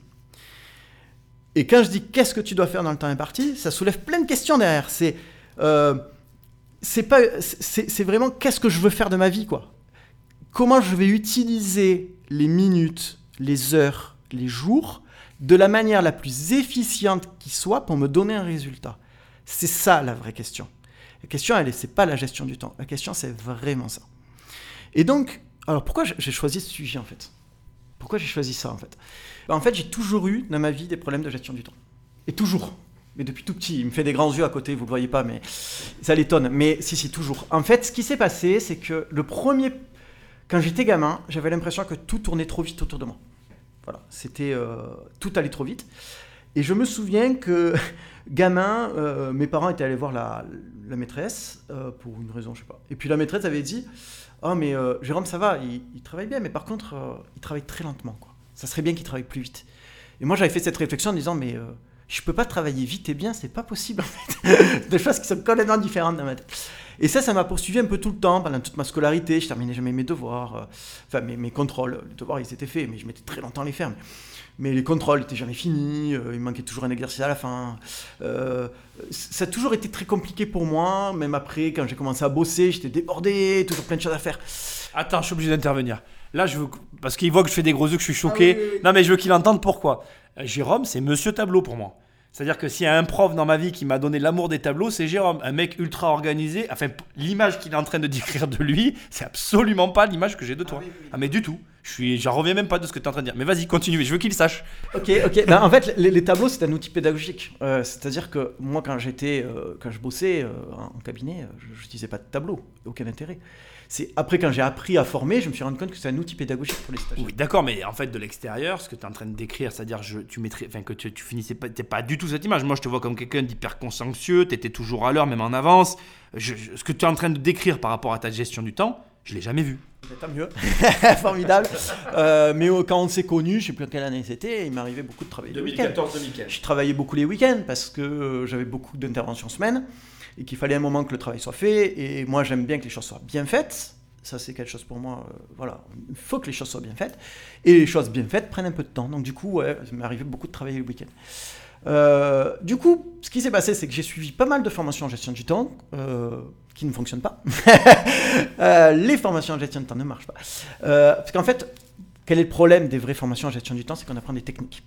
Et quand je dis qu'est-ce que tu dois faire dans le temps imparti, ça soulève plein de questions derrière. C'est Euh, c'est, pas, c'est, c'est vraiment qu'est-ce que je veux faire de ma vie, quoi. Comment je vais utiliser les minutes, les heures, les jours de la manière la plus efficiente qui soit pour me donner un résultat. C'est ça la vraie question. La question, elle, c'est pas la gestion du temps. La question, c'est vraiment ça. Et donc, alors pourquoi j'ai choisi ce sujet en fait ? Pourquoi j'ai choisi ça en fait ? Ben, en fait, j'ai toujours eu dans ma vie des problèmes de gestion du temps. Et toujours. Mais depuis tout petit, il me fait des grands yeux à côté, vous ne le voyez pas, mais ça l'étonne. Mais si, si, toujours. En fait, ce qui s'est passé, c'est que le premier... Quand j'étais gamin, j'avais l'impression que tout tournait trop vite autour de moi. Voilà, c'était... Euh, tout allait trop vite. Et je me souviens que, gamin, euh, mes parents étaient allés voir la, la maîtresse, euh, pour une raison, je ne sais pas. Et puis la maîtresse avait dit, « Ah, oh, mais euh, Jérôme, ça va, il, il travaille bien, mais par contre, euh, il travaille très lentement, quoi. Ça serait bien qu'il travaille plus vite. » Et moi, j'avais fait cette réflexion en disant, mais... Euh, je peux pas travailler vite et bien, c'est pas possible en fait. Des choses qui sont complètement différentes dans ma tête. Et ça, ça m'a poursuivi un peu tout le temps, pendant toute ma scolarité. Je terminais jamais mes devoirs, euh, enfin mes, mes contrôles. Les devoirs, ils étaient faits, mais je mettais très longtemps à les faire. Mais, mais les contrôles n'étaient jamais finis, euh, il manquait toujours un exercice à la fin. Euh, ça a toujours été très compliqué pour moi, même après, quand j'ai commencé à bosser, j'étais débordé, toujours plein de choses à faire. Attends, je suis obligé d'intervenir. Là, je veux... parce qu'il voit que je fais des gros yeux, que je suis choqué. Ah oui, oui, oui. Non, mais je veux qu'il entende pourquoi. Jérôme, c'est Monsieur Tableau pour moi. C'est-à-dire que s'il y a un prof dans ma vie qui m'a donné l'amour des tableaux, c'est Jérôme. Un mec ultra organisé. Enfin, l'image qu'il est en train de décrire de lui, c'est absolument pas l'image que j'ai de toi. Ah, oui, oui. Ah mais du tout. Je suis, j'en reviens même pas de ce que tu es en train de dire. Mais vas-y, continue. Je veux qu'il sache. Ok, ok. Ben, en fait, les, les tableaux, c'est un outil pédagogique. Euh, c'est-à-dire que moi, quand j'étais, euh, quand je bossais euh, en cabinet, je n'utilisais pas de tableau. Aucun intérêt. C'est après, quand j'ai appris à former, je me suis rendu compte que c'est un outil pédagogique pour les stagiaires. Oui, d'accord, mais en fait, de l'extérieur, ce que tu es en train de décrire, c'est-à-dire je, tu mettrais, enfin, que tu, tu finissais pas, t'es pas du tout cette image. Moi, je te vois comme quelqu'un d'hyper consciencieux, tu étais toujours à l'heure, même en avance. Je, je, ce que tu es en train de décrire par rapport à ta gestion du temps, je l'ai jamais vu. Tant mieux, formidable. Euh, mais quand on s'est connus, je sais plus quelle année c'était, il m'arrivait beaucoup de travailler deux mille quatorze deux mille quinze. Je travaillais beaucoup les week-ends parce que euh, j'avais beaucoup d'interventions semaine et qu'il fallait un moment que le travail soit fait. Et moi, j'aime bien que les choses soient bien faites. Ça, c'est quelque chose pour moi, euh, voilà, il faut que les choses soient bien faites. Et les choses bien faites prennent un peu de temps. Donc du coup, ouais, ça m'est arrivé beaucoup de travailler le week-end. Euh, du coup, ce qui s'est passé, c'est que j'ai suivi pas mal de formations en gestion du temps euh, qui ne fonctionnent pas. euh, les formations en gestion du temps ne marchent pas. Euh, parce qu'en fait, quel est le problème des vraies formations en gestion du temps? C'est qu'on apprend des techniques.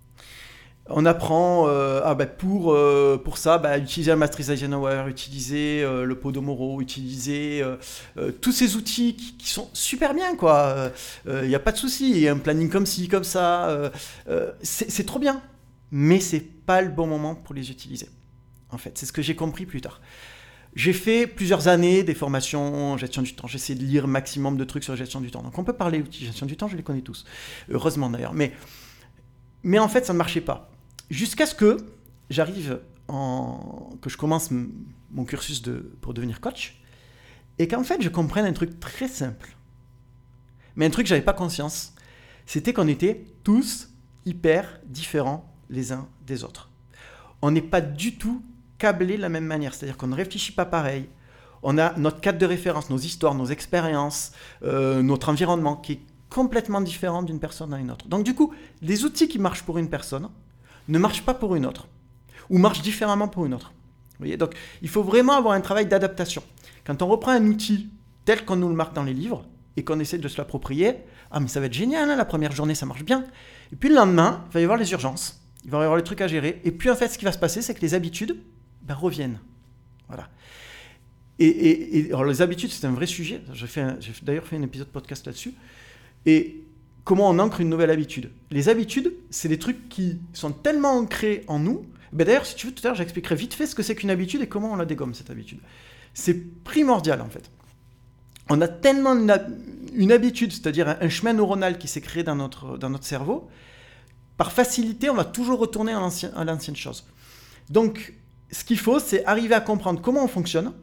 On apprend euh, ah bah pour, euh, pour ça, bah, utiliser un Matrix Eisenhower, utiliser euh, le Podomoro, utiliser euh, euh, tous ces outils qui, qui sont super bien, quoi. Il euh, n'y a pas de souci, il y a un planning comme ci, comme ça. Euh, euh, c'est, c'est trop bien, mais c'est pas le bon moment pour les utiliser. En fait, c'est ce que j'ai compris plus tard. J'ai fait plusieurs années des formations en gestion du temps. J'essaie de lire un maximum de trucs sur la gestion du temps. Donc on peut parler d'outils de gestion du temps, je les connais tous. Heureusement d'ailleurs. Mais, mais en fait, ça ne marchait pas. Jusqu'à ce que j'arrive en... que je commence m- mon cursus de... pour devenir coach et qu'en fait je comprenne un truc très simple. Mais un truc que je n'avais pas conscience, c'était qu'on était tous hyper différents les uns des autres. On n'est pas du tout câblés de la même manière, c'est-à-dire qu'on ne réfléchit pas pareil. On a notre cadre de référence, nos histoires, nos expériences, euh, notre environnement qui est complètement différent d'une personne à une autre. Donc du coup, les outils qui marchent pour une personne ne marchent pas pour une autre, ou marchent différemment pour une autre. Vous voyez, donc il faut vraiment avoir un travail d'adaptation. Quand on reprend un outil tel qu'on nous le marque dans les livres, et qu'on essaie de se l'approprier, ah mais ça va être génial, hein, la première journée ça marche bien. Et puis le lendemain, il va y avoir les urgences, il va y avoir les trucs à gérer, et puis en fait ce qui va se passer, c'est que les habitudes ben, reviennent. Voilà. Et, et, et alors les habitudes, c'est un vrai sujet, j'ai, fait un, j'ai d'ailleurs fait un épisode podcast là-dessus, et comment on ancre une nouvelle habitude. Les habitudes, c'est des trucs qui sont tellement ancrés en nous. Ben d'ailleurs, si tu veux, tout à l'heure, j'expliquerai vite fait ce que c'est qu'une habitude et comment on la dégomme, cette habitude. C'est primordial, en fait. On a tellement une, une habitude, c'est-à-dire un, un chemin neuronal qui s'est créé dans notre, dans notre cerveau. Par facilité, on va toujours retourner à, l'ancien, à l'ancienne chose. Donc, ce qu'il faut, c'est arriver à comprendre comment on fonctionne,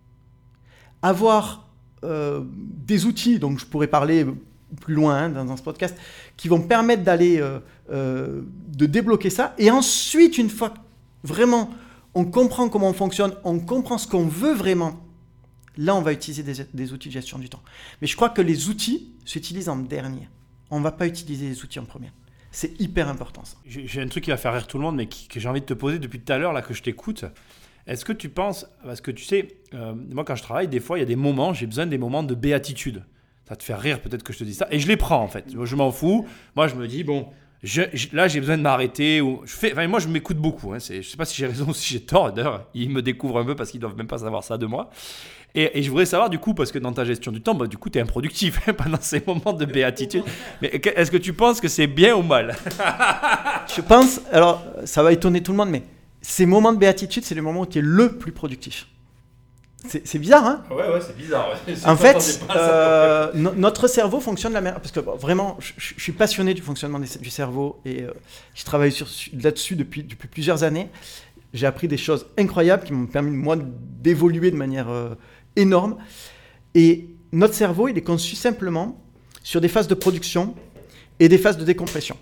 avoir euh, des outils, donc je pourrais parler plus loin hein, dans, dans ce podcast, qui vont permettre d'aller, euh, euh, de débloquer ça. Et ensuite, une fois que vraiment on comprend comment on fonctionne, on comprend ce qu'on veut vraiment, là on va utiliser des, des outils de gestion du temps. Mais je crois que les outils s'utilisent en dernier. On ne va pas utiliser les outils en premier. C'est hyper important ça. J'ai, j'ai un truc qui va faire rire tout le monde, mais qui, que j'ai envie de te poser depuis tout à l'heure, là que je t'écoute. Est-ce que tu penses, parce que tu sais, euh, moi quand je travaille, des fois il y a des moments, j'ai besoin des moments de béatitude. Ça te fait rire peut-être que je te dis ça, et je les prends en fait. Je m'en fous. Moi je me dis, bon, je, je, là j'ai besoin de m'arrêter. Ou je fais, enfin, moi je m'écoute beaucoup. Hein, c'est, je ne sais pas si j'ai raison ou si j'ai tort. D'ailleurs, ils me découvrent un peu parce qu'ils ne doivent même pas savoir ça de moi. Et, et je voudrais savoir du coup, parce que dans ta gestion du temps, bah, du coup tu es improductif hein, pendant ces moments de béatitude. Mais est-ce que tu penses que c'est bien ou mal? Je pense, alors ça va étonner tout le monde, mais ces moments de béatitude, c'est les moments où tu es le plus productif. C'est, c'est bizarre, hein? Ouais, ouais, c'est bizarre. Ouais. En fait, euh, no- notre cerveau fonctionne de la manière... Parce que bon, vraiment, je, je suis passionné du fonctionnement des, du cerveau et euh, je travaille sur, là-dessus depuis, depuis plusieurs années. J'ai appris des choses incroyables qui m'ont permis, moi, d'évoluer de manière euh, énorme. Et notre cerveau, il est conçu simplement sur des phases de production et des phases de décompression.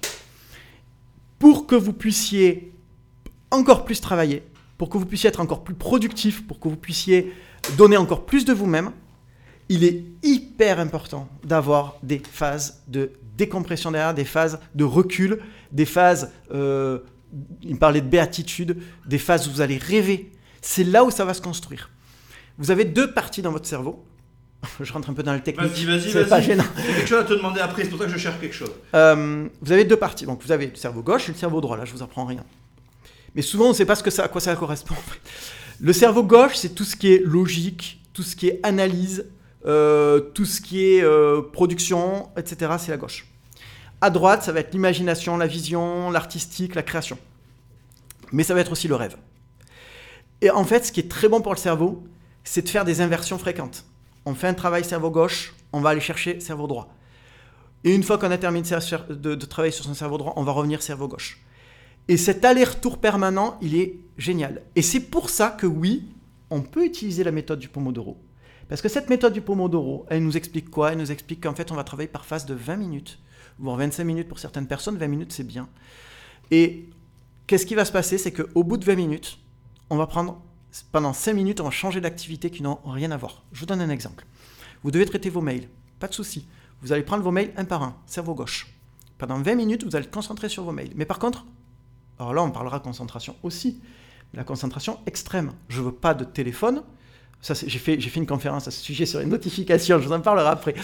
Pour que vous puissiez encore plus travailler, pour que vous puissiez être encore plus productif, pour que vous puissiez donner encore plus de vous-même, il est hyper important d'avoir des phases de décompression derrière, des phases de recul, des phases, euh, il me parlait de béatitude, des phases où vous allez rêver. C'est là où ça va se construire. Vous avez deux parties dans votre cerveau. Je rentre un peu dans le technique. Vas-y, vas-y, c'est vas-y. pas gênant. J'ai quelque chose à te demander après, c'est pour ça que je cherche quelque chose. Euh, vous avez deux parties. Donc vous avez le cerveau gauche et le cerveau droit. Là, je vous apprends rien. Mais souvent, on ne sait pas ce que ça, à quoi ça correspond. Le cerveau gauche, c'est tout ce qui est logique, tout ce qui est analyse, euh, tout ce qui est euh, production, et cetera. C'est la gauche. À droite, ça va être l'imagination, la vision, l'artistique, la création. Mais ça va être aussi le rêve. Et en fait, ce qui est très bon pour le cerveau, c'est de faire des inversions fréquentes. On fait un travail cerveau gauche, on va aller chercher cerveau droit. Et une fois qu'on a terminé de, de, de travailler sur son cerveau droit, on va revenir cerveau gauche. Et cet aller-retour permanent, il est génial. Et c'est pour ça que oui, on peut utiliser la méthode du Pomodoro. Parce que cette méthode du Pomodoro, elle nous explique quoi? Elle nous explique qu'en fait, on va travailler par phase de vingt minutes, voire vingt-cinq minutes pour certaines personnes. vingt minutes, c'est bien. Et qu'est-ce qui va se passer? C'est qu'au bout de vingt minutes, on va prendre, pendant cinq minutes, on va changer d'activité qui n'ont rien à voir. Je vous donne un exemple. Vous devez traiter vos mails. Pas de souci. Vous allez prendre vos mails un par un, cerveau gauche. Pendant vingt minutes, vous allez être concentré sur vos mails. Mais par contre, alors là, on parlera concentration aussi, mais la concentration extrême. Je ne veux pas de téléphone. Ça, c'est, j'ai, fait, j'ai fait une conférence à ce sujet sur les notifications, je vous en parlerai après.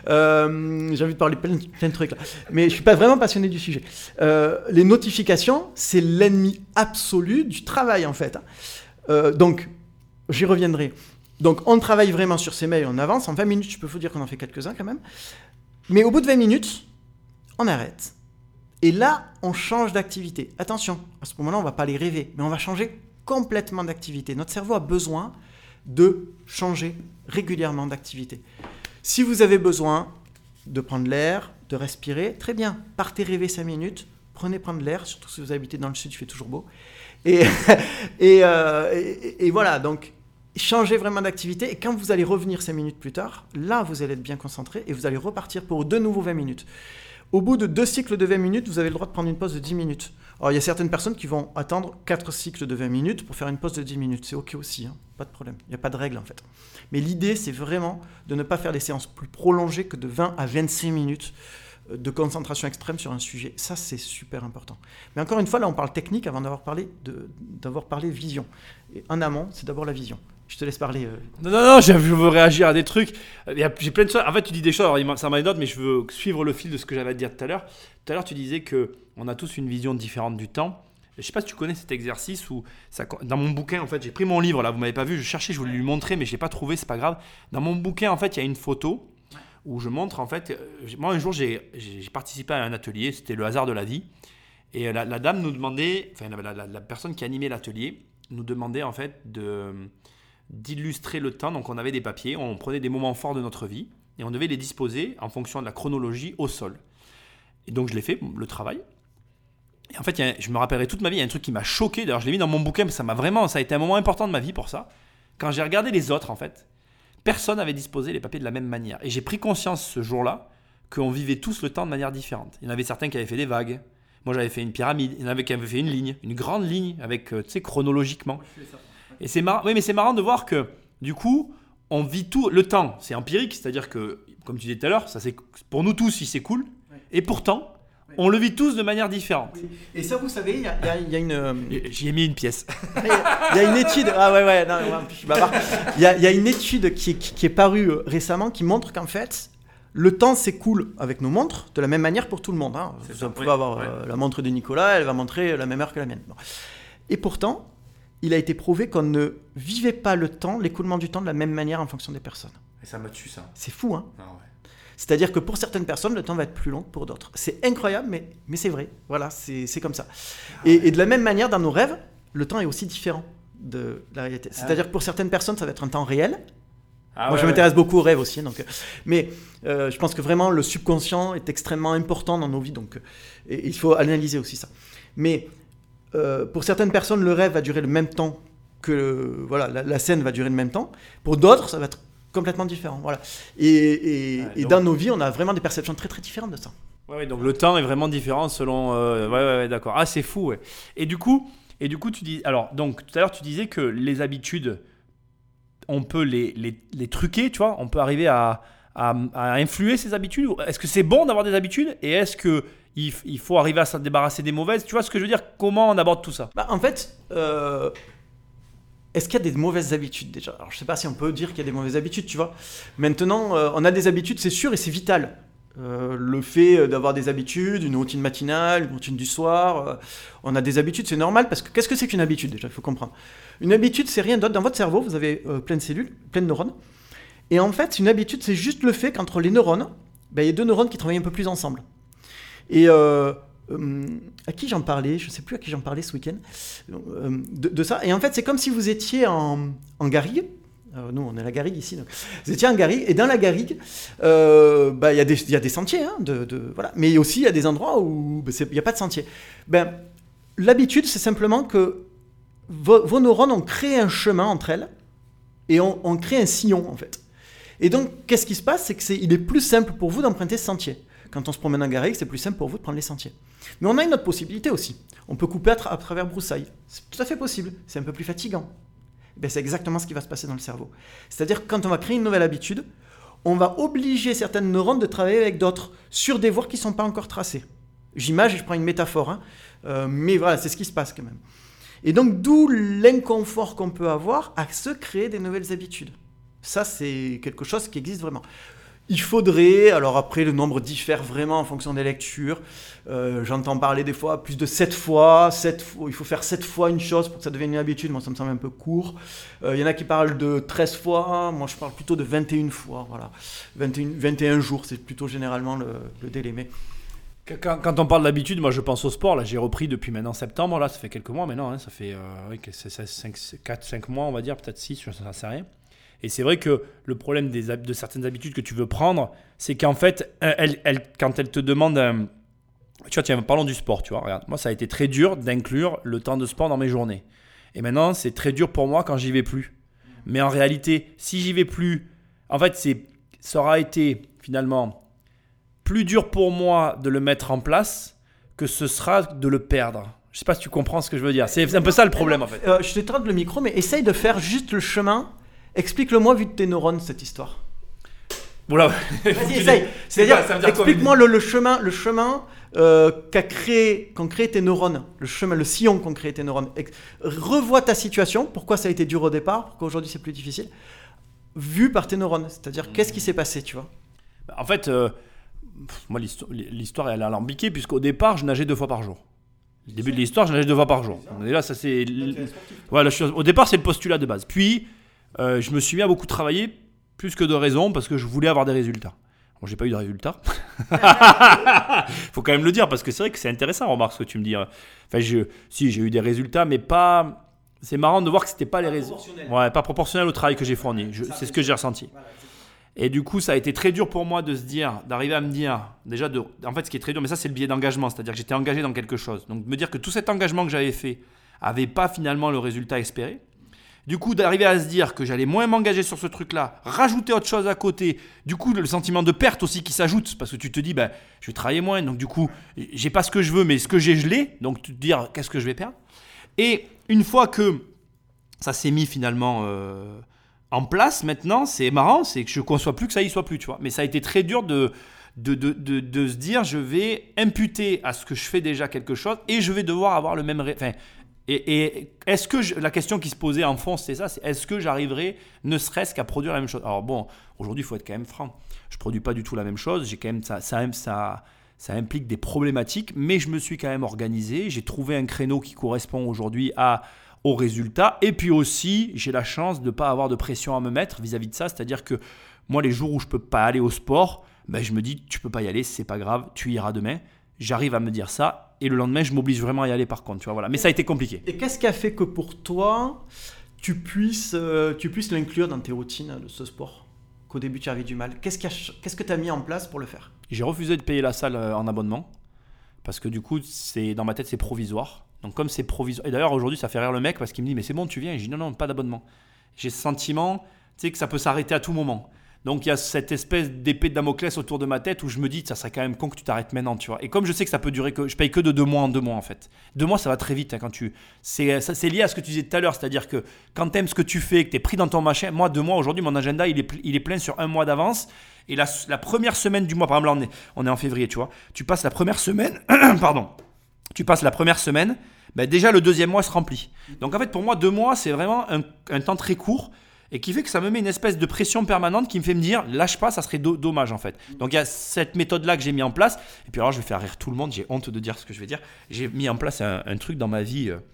Euh, j'ai envie de parler plein, plein de trucs là. Mais je ne suis pas vraiment passionné du sujet. Euh, les notifications, c'est l'ennemi absolu du travail en fait. Euh, donc, j'y reviendrai. Donc, on travaille vraiment sur ces mails, on avance. En vingt minutes, je peux vous dire qu'on en fait quelques-uns quand même. Mais au bout de vingt minutes, on arrête. Et là, on change d'activité. Attention, à ce moment-là, on ne va pas les rêver, mais on va changer complètement d'activité. Notre cerveau a besoin de changer régulièrement d'activité. Si vous avez besoin de prendre l'air, de respirer, très bien, partez rêver cinq minutes, prenez prendre l'air, surtout si vous habitez dans le sud, il fait toujours beau. Et, et, euh, et, et voilà, donc changez vraiment d'activité, et quand vous allez revenir cinq minutes plus tard, là vous allez être bien concentré, et vous allez repartir pour de nouveau vingt minutes. Au bout de deux cycles de vingt minutes, vous avez le droit de prendre une pause de dix minutes. Alors, il y a certaines personnes qui vont attendre quatre cycles de vingt minutes pour faire une pause de dix minutes. C'est OK aussi, hein, pas de problème. Il n'y a pas de règle en fait. Mais l'idée, c'est vraiment de ne pas faire des séances plus prolongées que de vingt à vingt-cinq minutes de concentration extrême sur un sujet. Ça, c'est super important. Mais encore une fois, là, on parle technique avant d'avoir parlé, de, d'avoir parlé vision. Et en amont, c'est d'abord la vision. Je te laisse parler. Euh... Non, non, non, je veux réagir à des trucs. Il y a, j'ai plein de choses. En fait, tu dis des choses, alors ça m'anecdote, mais je veux suivre le fil de ce que j'avais à te dire tout à l'heure. Tout à l'heure, tu disais qu'on a tous une vision différente du temps. Je ne sais pas si tu connais cet exercice où, ça, dans mon bouquin, en fait, j'ai pris mon livre, là, vous ne m'avez pas vu, je cherchais, je voulais lui montrer, mais je ne l'ai pas trouvé, c'est pas grave. Dans mon bouquin, en fait, il y a une photo où je montre, en fait, moi, un jour, j'ai, j'ai participé à un atelier, c'était le hasard de la vie. Et la, la dame nous demandait, enfin, la, la, la personne qui animait l'atelier nous demandait, en fait, de. d'illustrer le temps. Donc on avait des papiers, on prenait des moments forts de notre vie et on devait les disposer en fonction de la chronologie au sol. Et donc je l'ai fait, le travail. Et en fait, il y a, je me rappellerai toute ma vie, il y a un truc qui m'a choqué. D'ailleurs, je l'ai mis dans mon bouquin, parce que ça m'a vraiment, ça a été un moment important de ma vie pour ça. Quand j'ai regardé les autres, en fait, personne n'avait disposé les papiers de la même manière. Et j'ai pris conscience ce jour-là qu'on vivait tous le temps de manière différente. Il y en avait certains qui avaient fait des vagues. Moi, j'avais fait une pyramide. Il y en avait qui avaient fait une ligne, une grande ligne, avec, tu sais, chronologiquement. Moi, je fais ça. Et c'est marrant, oui, mais c'est marrant de voir que, du coup, on vit tout le temps. C'est empirique, c'est-à-dire que, comme tu disais tout à l'heure, ça c'est, pour nous tous, si c'est cool. Oui. Et pourtant, oui. on le vit tous de manière différente. Oui. Et ça, vous savez, il y, y, y a une. Euh... J'y ai mis une pièce. Il y, y a une étude. Ah ouais, ouais, non, ouais, je suis bavard. Il y a, y a une étude qui est, qui, qui est parue récemment qui montre qu'en fait, le temps s'écoule avec nos montres de la même manière pour tout le monde. Hein. Vous pouvez oui. avoir euh, la montre de Nicolas, elle va montrer la même heure que la mienne. Bon. Et pourtant, il a été prouvé qu'on ne vivait pas le temps, l'écoulement du temps de la même manière en fonction des personnes. Et ça me tue, ça. C'est fou, hein. Ah ouais. C'est-à-dire que pour certaines personnes, le temps va être plus long que pour d'autres. C'est incroyable, mais, mais c'est vrai. Voilà, c'est, c'est comme ça. Ah et, ouais. et de la même manière, dans nos rêves, le temps est aussi différent de la réalité. C'est-à-dire ah. que pour certaines personnes, ça va être un temps réel. Ah Moi, ouais, je m'intéresse ouais. beaucoup aux rêves aussi. Donc, mais euh, je pense que vraiment, le subconscient est extrêmement important dans nos vies. Donc, et, et il faut analyser aussi ça. Mais... Euh, pour certaines personnes, le rêve va durer le même temps que le, voilà, la, la scène va durer le même temps. Pour d'autres, ça va être complètement différent. Voilà. Et, et, ouais, et donc... dans nos vies, on a vraiment des perceptions très très différentes de ça. Ouais, ouais, donc le temps est vraiment différent selon. Euh, ouais, ouais, ouais, d'accord. Ah, c'est fou. Ouais. Et du coup, et du coup, tu dis. Alors, donc tout à l'heure, tu disais que les habitudes, on peut les, les, les truquer, tu vois. On peut arriver à, à, à influer ces habitudes. Est-ce que c'est bon d'avoir des habitudes et est-ce que Il, il faut arriver à se débarrasser des mauvaises. Tu vois ce que je veux dire? Comment on aborde tout ça? Bah, en fait, euh, est-ce qu'il y a des mauvaises habitudes déjà? Alors, je ne sais pas si on peut dire qu'il y a des mauvaises habitudes, tu vois. Maintenant, euh, on a des habitudes, c'est sûr, et c'est vital. Euh, le fait d'avoir des habitudes, une routine matinale, une routine du soir, euh, on a des habitudes, c'est normal, parce que qu'est-ce que c'est qu'une habitude déjà? Il faut comprendre. Une habitude, c'est rien d'autre. Dans votre cerveau, vous avez euh, plein de cellules, plein de neurones. Et en fait, une habitude, c'est juste le fait qu'entre les neurones, ben, il y a deux neurones qui travaillent un peu plus ensemble. Et euh, euh, à qui j'en parlais, je ne sais plus à qui j'en parlais ce week-end, euh, de, de ça. Et en fait, c'est comme si vous étiez en, en garrigue. Alors, nous, on est la garrigue ici. Donc. Vous étiez en garrigue, et dans la garrigue, euh, bah, y a des, y a des sentiers, hein, de, de, voilà. Mais aussi, il y a des endroits où il n'y a pas de sentier. Ben, l'habitude, c'est simplement que vos, vos neurones ont créé un chemin entre elles, et on, on crée un sillon, en fait. Et donc, qu'est-ce qui se passe? C'est qu'il est, est plus simple pour vous d'emprunter ce sentier. Quand on se promène en garrigue, c'est plus simple pour vous de prendre les sentiers. Mais on a une autre possibilité aussi. On peut couper à, tra- à travers broussailles. C'est tout à fait possible. C'est un peu plus fatigant. Ben, c'est exactement ce qui va se passer dans le cerveau. C'est-à-dire que quand on va créer une nouvelle habitude, on va obliger certaines neurones de travailler avec d'autres sur des voies qui ne sont pas encore tracées. J'imagine, je prends une métaphore, hein. euh, mais voilà, c'est ce qui se passe quand même. Et donc, d'où l'inconfort qu'on peut avoir à se créer des nouvelles habitudes. Ça, c'est quelque chose qui existe vraiment. Il faudrait, alors après le nombre diffère vraiment en fonction des lectures, euh, j'entends parler des fois plus de sept fois, sept fois, il faut faire sept fois une chose pour que ça devienne une habitude, moi ça me semble un peu court. Euh, il y en a qui parlent de treize fois, moi je parle plutôt de vingt et une fois, voilà. vingt et un, vingt et un jours, c'est plutôt généralement le, le délai. Mais... Quand, quand on parle d'habitude, moi je pense au sport, là j'ai repris depuis maintenant septembre, là ça fait quelques mois maintenant, hein, ça fait euh, quatre cinq mois on va dire, peut-être six, je ne sais rien. Et c'est vrai que le problème des, de certaines habitudes que tu veux prendre, c'est qu'en fait, elle, elle, quand elle te demande... Un, tu vois, tiens, parlons du sport, tu vois. Regarde, moi, ça a été très dur d'inclure le temps de sport dans mes journées. Et maintenant, c'est très dur pour moi quand j'y vais plus. Mais en réalité, si j'y vais plus, en fait, c'est, ça aura été finalement plus dur pour moi de le mettre en place que ce sera de le perdre. Je ne sais pas si tu comprends ce que je veux dire. C'est, c'est un peu ça le problème, en fait. Euh, je te traite le micro, mais essaye de faire juste le chemin. Explique-le-moi vu de tes neurones cette histoire. Voilà. Vas-y, essaye. C'est-à-dire, explique-moi le, le chemin, le chemin euh, qu'a créé, qu'ont créé tes neurones, le chemin, le sillon qu'ont créé tes neurones. Ex- revois ta situation. Pourquoi ça a été dur au départ? Pourquoi aujourd'hui c'est plus difficile? Vu par tes neurones. C'est-à-dire, mmh. qu'est-ce qui s'est passé, tu vois? En fait, euh, moi l'histoire, l'histoire elle est alambiquée puisqu'au départ je nageais deux fois par jour. Le début de l'histoire, je nageais deux fois par jour. Et là, ça c'est. Voilà, je suis... Au départ, c'est le postulat de base. Puis Euh, je me suis mis à beaucoup travailler, plus que de raison, parce que je voulais avoir des résultats. Bon, j'ai pas eu de résultats. Faut quand même le dire, parce que c'est vrai que c'est intéressant, remarque ce que tu me dis. Enfin, je, si, j'ai eu des résultats, mais pas... C'est marrant de voir que c'était pas, pas les résultats. Ouais, pas proportionnel au travail que j'ai fourni. Je, c'est ce que j'ai ressenti. Voilà, et du coup, ça a été très dur pour moi de se dire, d'arriver à me dire, déjà, de, en fait, ce qui est très dur, mais ça, c'est le biais d'engagement, c'est-à-dire que j'étais engagé dans quelque chose. Donc, de me dire que tout cet engagement que j'avais fait avait pas finalement le résultat espéré. Du coup, d'arriver à se dire que j'allais moins m'engager sur ce truc-là, rajouter autre chose à côté, du coup, le sentiment de perte aussi qui s'ajoute, parce que tu te dis, ben, je vais travailler moins, donc du coup, j'ai pas ce que je veux, mais ce que j'ai, je l'ai, donc tu te dire, qu'est-ce que je vais perdre? Et une fois que ça s'est mis finalement euh, en place, maintenant, c'est marrant, c'est que je ne conçois plus que ça y soit plus, tu vois. Mais ça a été très dur de, de, de, de, de se dire, je vais imputer à ce que je fais déjà quelque chose, et je vais devoir avoir le même... Ré... Enfin, Et, et est-ce que je, la question qui se posait en fond, c'est ça, c'est est-ce que j'arriverai ne serait-ce qu'à produire la même chose? Alors bon, aujourd'hui, il faut être quand même franc. Je ne produis pas du tout la même chose. J'ai quand même, ça, ça, ça, ça implique des problématiques, mais je me suis quand même organisé. J'ai trouvé un créneau qui correspond aujourd'hui à, aux résultats. Et puis aussi, j'ai la chance de ne pas avoir de pression à me mettre vis-à-vis de ça. C'est-à-dire que moi, les jours où je ne peux pas aller au sport, ben, je me dis, tu ne peux pas y aller, c'est pas grave, tu iras demain. J'arrive à me dire ça. Et le lendemain, je m'oblige vraiment à y aller par contre. Tu vois, voilà. Mais ça a été compliqué. Et qu'est-ce qui a fait que pour toi, tu puisses, euh, tu puisses l'inclure dans tes routines de ce sport? Qu'au début, tu avais du mal. Qu'est-ce, qui a, qu'est-ce que tu as mis en place pour le faire? J'ai refusé de payer la salle en abonnement. Parce que du coup, c'est, dans ma tête, c'est provisoire. Donc comme c'est provisoire... Et d'ailleurs, aujourd'hui, ça fait rire le mec parce qu'il me dit « Mais c'est bon, tu viens ?» Et je dis « Non, non, pas d'abonnement. » J'ai ce sentiment, tu sais, que ça peut s'arrêter à tout moment. Donc il y a cette espèce d'épée de Damoclès autour de ma tête où je me dis ça serait quand même con que tu t'arrêtes maintenant, tu vois. Et comme je sais que ça peut durer que je paye que de deux mois en deux mois en fait. Deux mois ça va très vite hein, quand tu c'est ça, c'est lié à ce que tu disais tout à l'heure, c'est-à-dire que quand tu aimes ce que tu fais, que tu es pris dans ton machin, moi deux mois aujourd'hui mon agenda il est il est plein sur un mois d'avance et la, la première semaine du mois par exemple là on est on est en février, tu vois. Tu passes la première semaine pardon. Tu passes la première semaine, ben déjà le deuxième mois se remplit. Donc en fait pour moi deux mois c'est vraiment un, un temps très court. Et qui fait que ça me met une espèce de pression permanente qui me fait me dire lâche pas, ça serait do- dommage en fait. Donc il y a cette méthode là que j'ai mis en place. Et puis alors je vais faire rire tout le monde, j'ai honte de dire ce que je vais dire. J'ai mis en place un, un truc dans ma vie euh,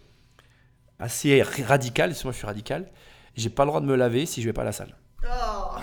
assez radical, moi je suis radical. J'ai pas le droit de me laver si je vais pas à la salle. Oh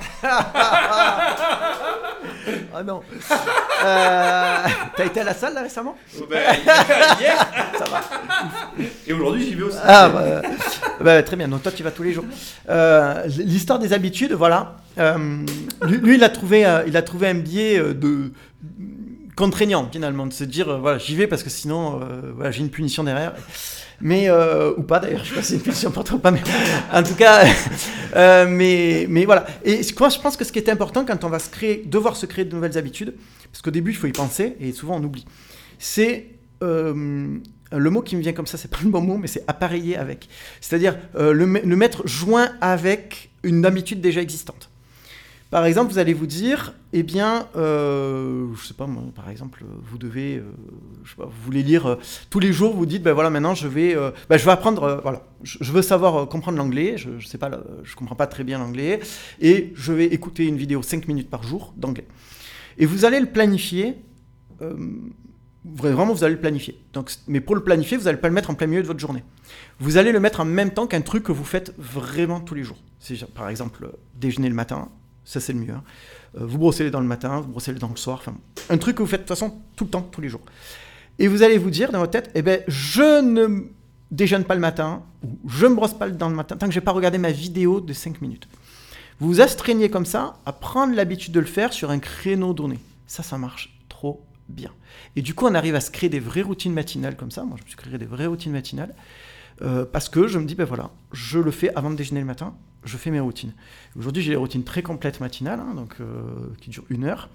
ah non. Euh, t'as été à la salle là récemment? Ben, hier. Ça va. Et aujourd'hui j'y vais aussi. Ah bah, bah, très bien. Donc toi tu vas tous les jours. Euh, l'histoire des habitudes, voilà. Euh, lui, lui il a trouvé, euh, il a trouvé un biais de contraignant finalement de se dire euh, voilà j'y vais parce que sinon euh, voilà j'ai une punition derrière. Mais euh, ou pas d'ailleurs, je sais pas si c'est une punition pour toi ou pas, mais en tout cas, euh, mais mais voilà. Et moi, je pense que ce qui est important quand on va se créer, devoir se créer de nouvelles habitudes, parce qu'au début il faut y penser et souvent on oublie, c'est euh, le mot qui me vient comme ça, c'est pas le bon mot, mais c'est appareiller avec. C'est-à-dire euh, le, le mettre joint avec une habitude déjà existante. Par exemple, vous allez vous dire, eh bien, euh, je sais pas moi, par exemple, vous devez, euh, je sais pas, vous voulez lire euh, tous les jours, vous dites, ben voilà, maintenant je vais, euh, ben, je vais apprendre, euh, voilà, je, je veux savoir euh, comprendre l'anglais, je, je sais pas, je comprends pas très bien l'anglais, et je vais écouter une vidéo cinq minutes par jour d'anglais. Et vous allez le planifier, euh, vraiment vous allez le planifier. Donc, mais pour le planifier, vous n'allez pas le mettre en plein milieu de votre journée. Vous allez le mettre en même temps qu'un truc que vous faites vraiment tous les jours. C'est, par exemple, déjeuner le matin. Ça, c'est le mieux. Hein. Euh, vous brossez les dents le matin, vous brossez les dents le soir. Enfin, un truc que vous faites de toute façon tout le temps, tous les jours. Et vous allez vous dire dans votre tête, eh ben, je ne déjeune pas le matin, ou je ne me brosse pas les dents le matin, tant que je n'ai pas regardé ma vidéo de cinq minutes. Vous vous astreignez comme ça à prendre l'habitude de le faire sur un créneau donné. Ça, ça marche trop bien. Et du coup, on arrive à se créer des vraies routines matinales comme ça. Moi, je me suis créé des vraies routines matinales. Euh, parce que je me dis, ben voilà, je le fais avant de déjeuner le matin, je fais mes routines. Aujourd'hui, j'ai des routines très complètes matinales, hein, donc, euh, qui durent une heure.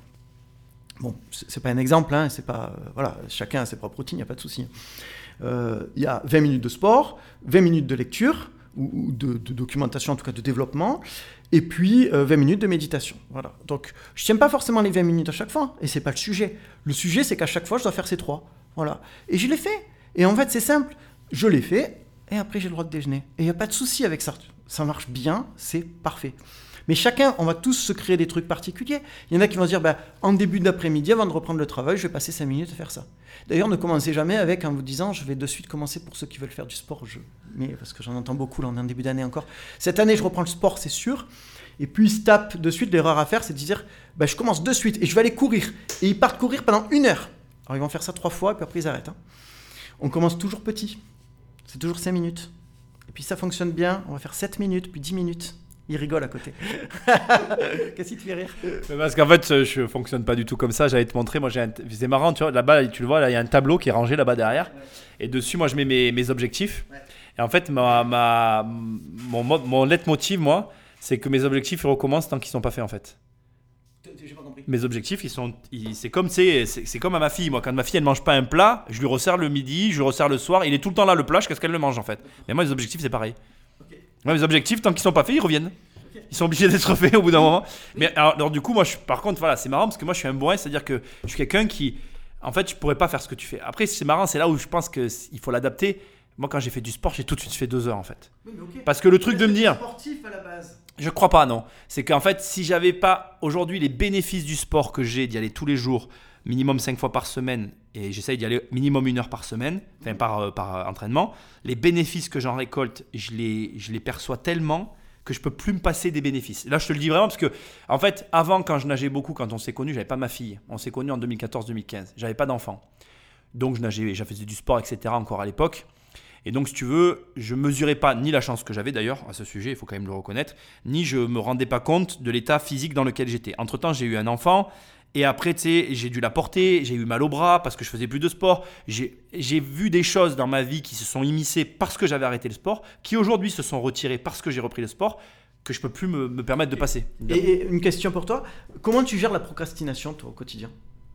Bon, c'est, c'est pas un exemple, hein, c'est pas, euh, voilà, chacun a ses propres routines, il n'y a pas de souci. Il euh, y a vingt minutes de sport, vingt minutes de lecture, ou, ou de, de documentation, en tout cas de développement, et puis euh, vingt minutes de méditation. Voilà. Donc, je ne tiens pas forcément les vingt minutes à chaque fois, et ce n'est pas le sujet. Le sujet, c'est qu'à chaque fois, je dois faire ces trois. Voilà. Et je l'ai fait. Et en fait, c'est simple. Je l'ai fait, et après, j'ai le droit de déjeuner. Et il n'y a pas de souci avec ça. Ça marche bien, c'est parfait. Mais chacun, on va tous se créer des trucs particuliers. Il y en a qui vont se dire, bah, en début d'après-midi, avant de reprendre le travail, je vais passer cinq minutes à faire ça. D'ailleurs, ne commencez jamais avec en vous disant, je vais de suite commencer pour ceux qui veulent faire du sport. Je... Mais parce que j'en entends beaucoup, là, on est en début d'année encore. Cette année, je reprends le sport, c'est sûr. Et puis, ils se tapent de suite. L'erreur à faire, c'est de dire, bah, je commence de suite et je vais aller courir. Et ils partent courir pendant une heure. Alors, ils vont faire ça trois fois, et puis après, ils arrêtent. Hein. On commence toujours petit. C'est toujours cinq minutes. Et puis, ça fonctionne bien. On va faire sept minutes, puis dix minutes. Il rigole à côté. Qu'est-ce qui te fait rire ? Parce qu'en fait, je fonctionne pas du tout comme ça. J'allais te montrer. Moi, j'ai un... c'est marrant, tu vois. Là-bas, tu le vois, là, il y a un tableau qui est rangé là-bas derrière. Ouais. Et dessus, moi, je mets mes, mes objectifs. Ouais. Et en fait, ma, ma, mon, mon leitmotiv, moi, c'est que mes objectifs, ils recommencent tant qu'ils sont pas faits, en fait. J'ai pas compris. Mes objectifs, ils sont, ils, c'est comme c'est, c'est, c'est comme à ma fille. Moi, quand ma fille, elle mange pas un plat, je lui resserre le midi, je lui resserre le soir. Il est tout le temps là, le plat, jusqu'à ce qu'elle le mange, en fait. Mais moi, les objectifs, c'est pareil. Okay. Moi, mes objectifs, tant qu'ils sont pas faits, ils reviennent. Ils sont obligés d'être faits au bout d'un moment. Mais alors, alors du coup, moi, je, par contre, voilà, c'est marrant parce que moi, je suis un bourrin, c'est-à-dire que je suis quelqu'un qui, en fait, je pourrais pas faire ce que tu fais. Après, c'est marrant, c'est là où je pense que il faut l'adapter. Moi, quand j'ai fait du sport, j'ai tout de suite fait deux heures, en fait. Oui, mais okay. Parce que le truc de me dire, sportif à la base. Je crois pas, non. C'est qu'en fait, si j'avais pas aujourd'hui les bénéfices du sport que j'ai d'y aller tous les jours, minimum cinq fois par semaine, et j'essaye d'y aller minimum une heure par semaine, enfin par, euh, par entraînement, les bénéfices que j'en récolte, je les, je les perçois tellement que je peux plus me passer des bénéfices. Là, je te le dis vraiment parce que, en fait, avant, quand je nageais beaucoup, quand on s'est connus, j'avais pas ma fille. On s'est connus en deux mille quatorze deux mille quinze. J'avais pas d'enfant. Donc, je nageais, je faisais du sport, et cetera encore à l'époque. Et donc, si tu veux, je mesurais pas ni la chance que j'avais d'ailleurs à ce sujet, il faut quand même le reconnaître, ni je me rendais pas compte de l'état physique dans lequel j'étais. Entre-temps, j'ai eu un enfant. Et après, tu sais, j'ai dû la porter, j'ai eu mal au bras parce que je faisais plus de sport. J'ai, j'ai vu des choses dans ma vie qui se sont immiscées parce que j'avais arrêté le sport, qui aujourd'hui se sont retirées parce que j'ai repris le sport, que je peux plus me, me permettre de passer. Et, et une question pour toi, comment tu gères la procrastination, toi, au quotidien ?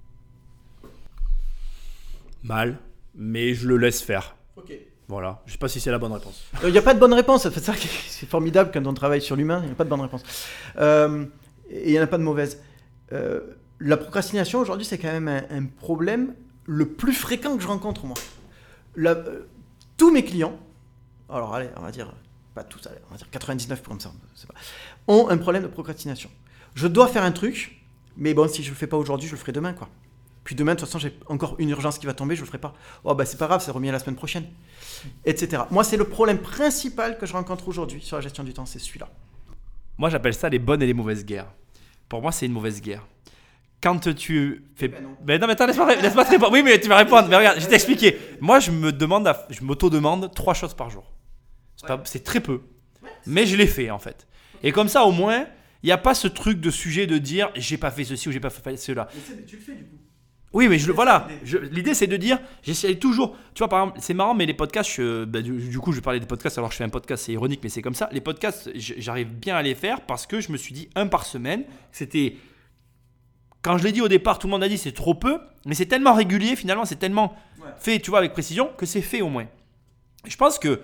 Mal, mais je le laisse faire. Ok. Voilà, je sais pas si c'est la bonne réponse. Il n'y a pas de bonne réponse, c'est ça qui c'est formidable quand on travaille sur l'humain, il n'y a pas de bonne réponse. Euh, et il n'y en a pas de mauvaise. Euh, La procrastination aujourd'hui, c'est quand même un, un problème le plus fréquent que je rencontre moi. La, euh, tous mes clients, alors allez, on va dire, pas tous, allez, on va dire quatre-vingt-dix-neuf pour cent, c'est pas, ont un problème de procrastination. Je dois faire un truc, mais bon, si je le fais pas aujourd'hui, je le ferai demain, quoi. Puis demain, de toute façon, j'ai encore une urgence qui va tomber, je le ferai pas. Oh bah c'est pas grave, c'est remis à la semaine prochaine, et cetera. Moi, c'est le problème principal que je rencontre aujourd'hui sur la gestion du temps, c'est celui-là. Moi, j'appelle ça les bonnes et les mauvaises guerres. Pour moi, c'est une mauvaise guerre. Quand tu fais... Ben non. Ben non, mais attends, laisse-moi, laisse-moi te répondre. Oui, mais tu vas répondre. Mais regarde, je vais t'expliquer. Moi, je me demande, à... je m'auto-demande trois choses par jour. C'est, ouais. pas... c'est très peu. Ouais, c'est... Mais je l'ai fait, en fait. Et comme ça, au moins, il n'y a pas ce truc de sujet de dire j'ai pas fait ceci ou j'ai pas fait cela. Mais, c'est... mais tu le fais, du coup. Oui, mais je, voilà. Je, l'idée, c'est de dire, j'essaie toujours. Tu vois, par exemple, c'est marrant, mais les podcasts, je, bah, du, du coup, je vais parler des podcasts alors que je fais un podcast, c'est ironique, mais c'est comme ça. Les podcasts, j'arrive bien à les faire parce que je me suis dit un par semaine. C'était. Quand je l'ai dit au départ, tout le monde a dit c'est trop peu, mais c'est tellement régulier finalement, c'est tellement ouais. fait, tu vois, avec précision, que c'est fait au moins. Je pense que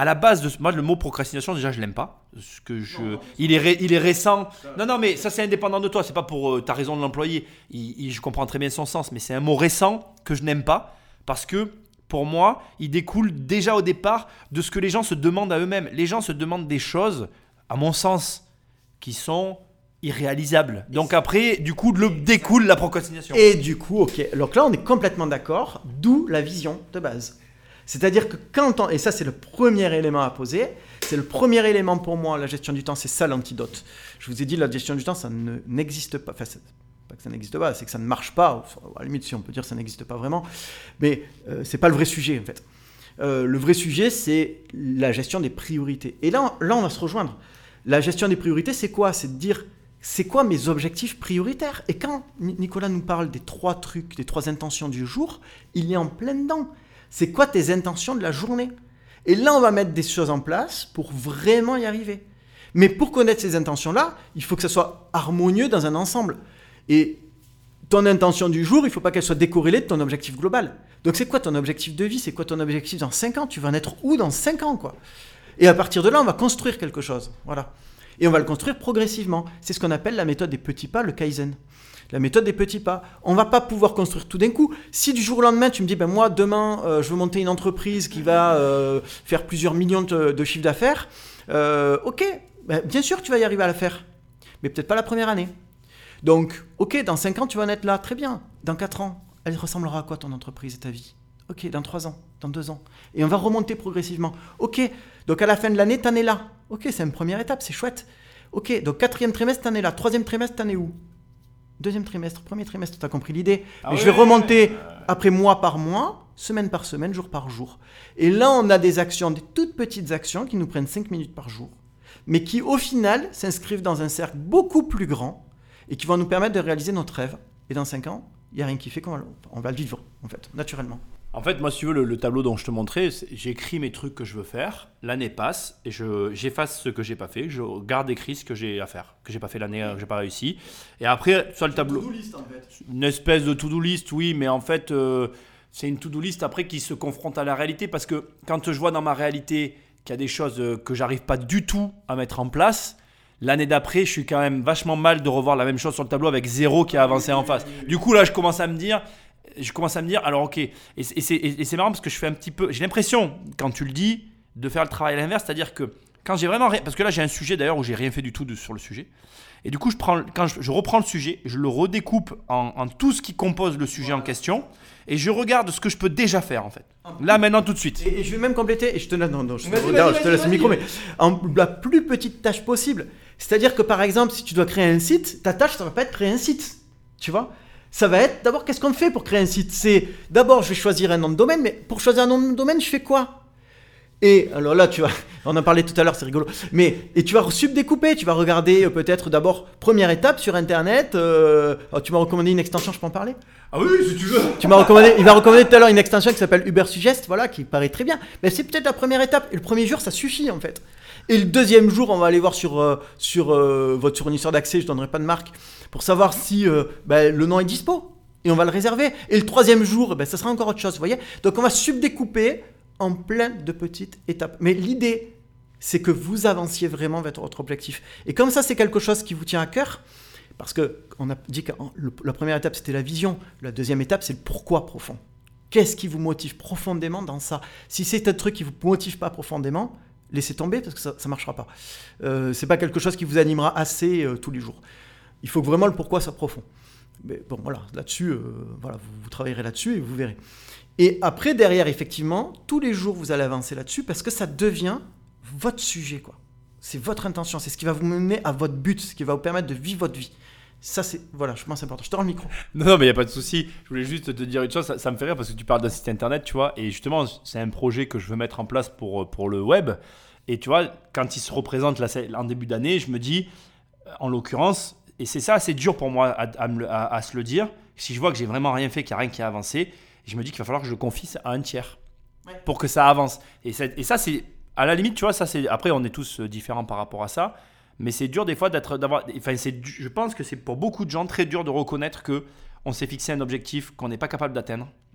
à la base de ce- moi le mot procrastination déjà je l'aime pas. Ce que je, non, non, il est ré, il est récent. Non non mais ça c'est indépendant de toi. C'est pas pour euh, t'as raison de l'employer. Il, il, je comprends très bien son sens, mais c'est un mot récent que je n'aime pas parce que pour moi il découle déjà au départ de ce que les gens se demandent à eux-mêmes. Les gens se demandent des choses, à mon sens, qui sont irréalisable. Donc après, du coup, le découle la procrastination. Et du coup, ok. Donc là, on est complètement d'accord, d'où la vision de base. C'est-à-dire que quand on... Et ça, c'est le premier élément à poser. C'est le premier élément pour moi, la gestion du temps, c'est ça l'antidote. Je vous ai dit, la gestion du temps, ça ne, n'existe pas. Enfin, c'est pas que ça n'existe pas, c'est que ça ne marche pas. À la limite, si on peut dire que ça n'existe pas vraiment. Mais euh, c'est pas le vrai sujet, en fait. Euh, le vrai sujet, c'est la gestion des priorités. Et là, là, on va se rejoindre. La gestion des priorités, c'est quoi? C'est de dire... C'est quoi mes objectifs prioritaires? Et quand Nicolas nous parle des trois trucs, des trois intentions du jour, il est en plein dedans. C'est quoi tes intentions de la journée? Et là, on va mettre des choses en place pour vraiment y arriver. Mais pour connaître ces intentions-là, il faut que ça soit harmonieux dans un ensemble. Et ton intention du jour, il ne faut pas qu'elle soit décorrélée de ton objectif global. Donc c'est quoi ton objectif de vie? C'est quoi ton objectif dans cinq ans? Tu vas en être où dans cinq ans, quoi? Et à partir de là, on va construire quelque chose. Voilà. Et on va le construire progressivement. C'est ce qu'on appelle la méthode des petits pas, le Kaizen. La méthode des petits pas. On ne va pas pouvoir construire tout d'un coup. Si du jour au lendemain, tu me dis, ben moi, demain, euh, je veux monter une entreprise qui va euh, faire plusieurs millions de, de chiffre d'affaires, euh, ok, ben, bien sûr, tu vas y arriver à la faire. Mais peut-être pas la première année. Donc, ok, dans cinq ans, tu vas en être là. Très bien. Dans quatre ans, elle ressemblera à quoi ton entreprise et ta vie? Ok, dans trois ans, dans deux ans. Et on va remonter progressivement. Ok, donc à la fin de l'année, tu en es là. Ok, c'est une première étape, c'est chouette. Ok, donc quatrième trimestre, tu en es là. Troisième trimestre, tu en es où? Deuxième trimestre, premier trimestre, tu as compris l'idée. Ah Mais ouais. je vais remonter après mois par mois, semaine par semaine, jour par jour. Et là, on a des actions, des toutes petites actions qui nous prennent cinq minutes par jour, mais qui au final s'inscrivent dans un cercle beaucoup plus grand et qui vont nous permettre de réaliser notre rêve. Et dans cinq ans, il n'y a rien qui fait qu'on va, on va le vivre, en fait, naturellement. En fait, moi, si tu veux, le, le tableau dont je te montrais, j'écris mes trucs que je veux faire, l'année passe, et je, j'efface ce que j'ai pas fait, je garde écrit ce que j'ai à faire, que j'ai pas fait l'année, que j'ai pas réussi. Et après, sur le tableau... To-do list, en fait. Une espèce de to-do list, oui, mais en fait, euh, c'est une to-do list après qui se confronte à la réalité, parce que quand je vois dans ma réalité qu'il y a des choses que j'arrive pas du tout à mettre en place, l'année d'après, je suis quand même vachement mal de revoir la même chose sur le tableau avec zéro qui a avancé en face. Du coup, là, je commence à me dire... Je commence à me dire, alors ok, et c'est, et c'est, et c'est marrant parce que je fais un petit peu, j'ai l'impression, quand tu le dis, de faire le travail à l'inverse, c'est-à-dire que quand j'ai vraiment rien, parce que là j'ai un sujet d'ailleurs où j'ai rien fait du tout de, sur le sujet, et du coup je, prends, quand je, je reprends le sujet, je le redécoupe en, en tout ce qui compose le sujet en question, et je regarde ce que je peux déjà faire en fait. Là maintenant tout de suite. Et, et je vais même compléter, et je te laisse, non, non, je, Vas-y, non, vas-y, je te vas-y, laisse le vas-y. micro, mais en la plus petite tâche possible. C'est-à-dire que par exemple, si tu dois créer un site, ta tâche ça va pas être créer un site, tu vois. Ça va être, d'abord, qu'est-ce qu'on fait pour créer un site? C'est, d'abord, je vais choisir un nom de domaine, mais pour choisir un nom de domaine, je fais quoi? Et alors là, tu vas, on en parlait tout à l'heure, c'est rigolo, mais et tu vas subdécouper, tu vas regarder euh, peut-être d'abord, première étape sur Internet, euh, oh, tu m'as recommandé une extension, je peux en parler? Ah oui, si tu veux. Tu m'as recommandé, il m'a recommandé tout à l'heure une extension qui s'appelle Ubersuggest, voilà, qui paraît très bien. Mais c'est peut-être la première étape. Et le premier jour, ça suffit en fait. Et le deuxième jour, on va aller voir sur, euh, sur euh, votre fournisseur d'accès, je ne donnerai pas de marque, pour savoir si euh, ben, le nom est dispo. Et on va le réserver. Et le troisième jour, ben, ça sera encore autre chose, vous voyez. Donc on va subdécouper en plein de petites étapes. Mais l'idée, c'est que vous avanciez vraiment vers votre objectif. Et comme ça, c'est quelque chose qui vous tient à cœur, parce qu'on a dit que le, la première étape, c'était la vision. La deuxième étape, c'est le pourquoi profond. Qu'est-ce qui vous motive profondément dans ça? Si c'est un truc qui ne vous motive pas profondément, laissez tomber parce que ça ne marchera pas. Euh, ce n'est pas quelque chose qui vous animera assez euh, tous les jours. Il faut que vraiment le pourquoi soit profond. Mais bon, voilà, là-dessus, euh, voilà, vous, vous travaillerez là-dessus et vous verrez. Et après, derrière, effectivement, tous les jours, vous allez avancer là-dessus parce que ça devient votre sujet, quoi. C'est votre intention, c'est ce qui va vous mener à votre but, ce qui va vous permettre de vivre votre vie. Ça, c'est, voilà, je pense que c'est important. Je te rends le micro. Non, non, mais il n'y a pas de souci. Je voulais juste te dire une chose, ça, ça me fait rire parce que tu parles d'un site internet, tu vois, et justement, c'est un projet que je veux mettre en place pour, pour le web. Et tu vois, quand il se représente là, en début d'année, je me dis, en l'occurrence, et c'est ça assez dur pour moi à, à, à, à se le dire, si je vois que j'ai vraiment rien fait, qu'il n'y a rien qui a avancé, je me dis qu'il va falloir que je le confie à un tiers ouais. pour que ça avance. Et ça, et ça, c'est, à la limite, tu vois, ça, c'est, après, on est tous différents par rapport à ça. Mais c'est dur des fois d'être, d'avoir. Enfin, c'est, je pense que c'est pour beaucoup de gens très dur de reconnaître qu'on s'est fixé un objectif qu'on n'est pas capable d'atteindre,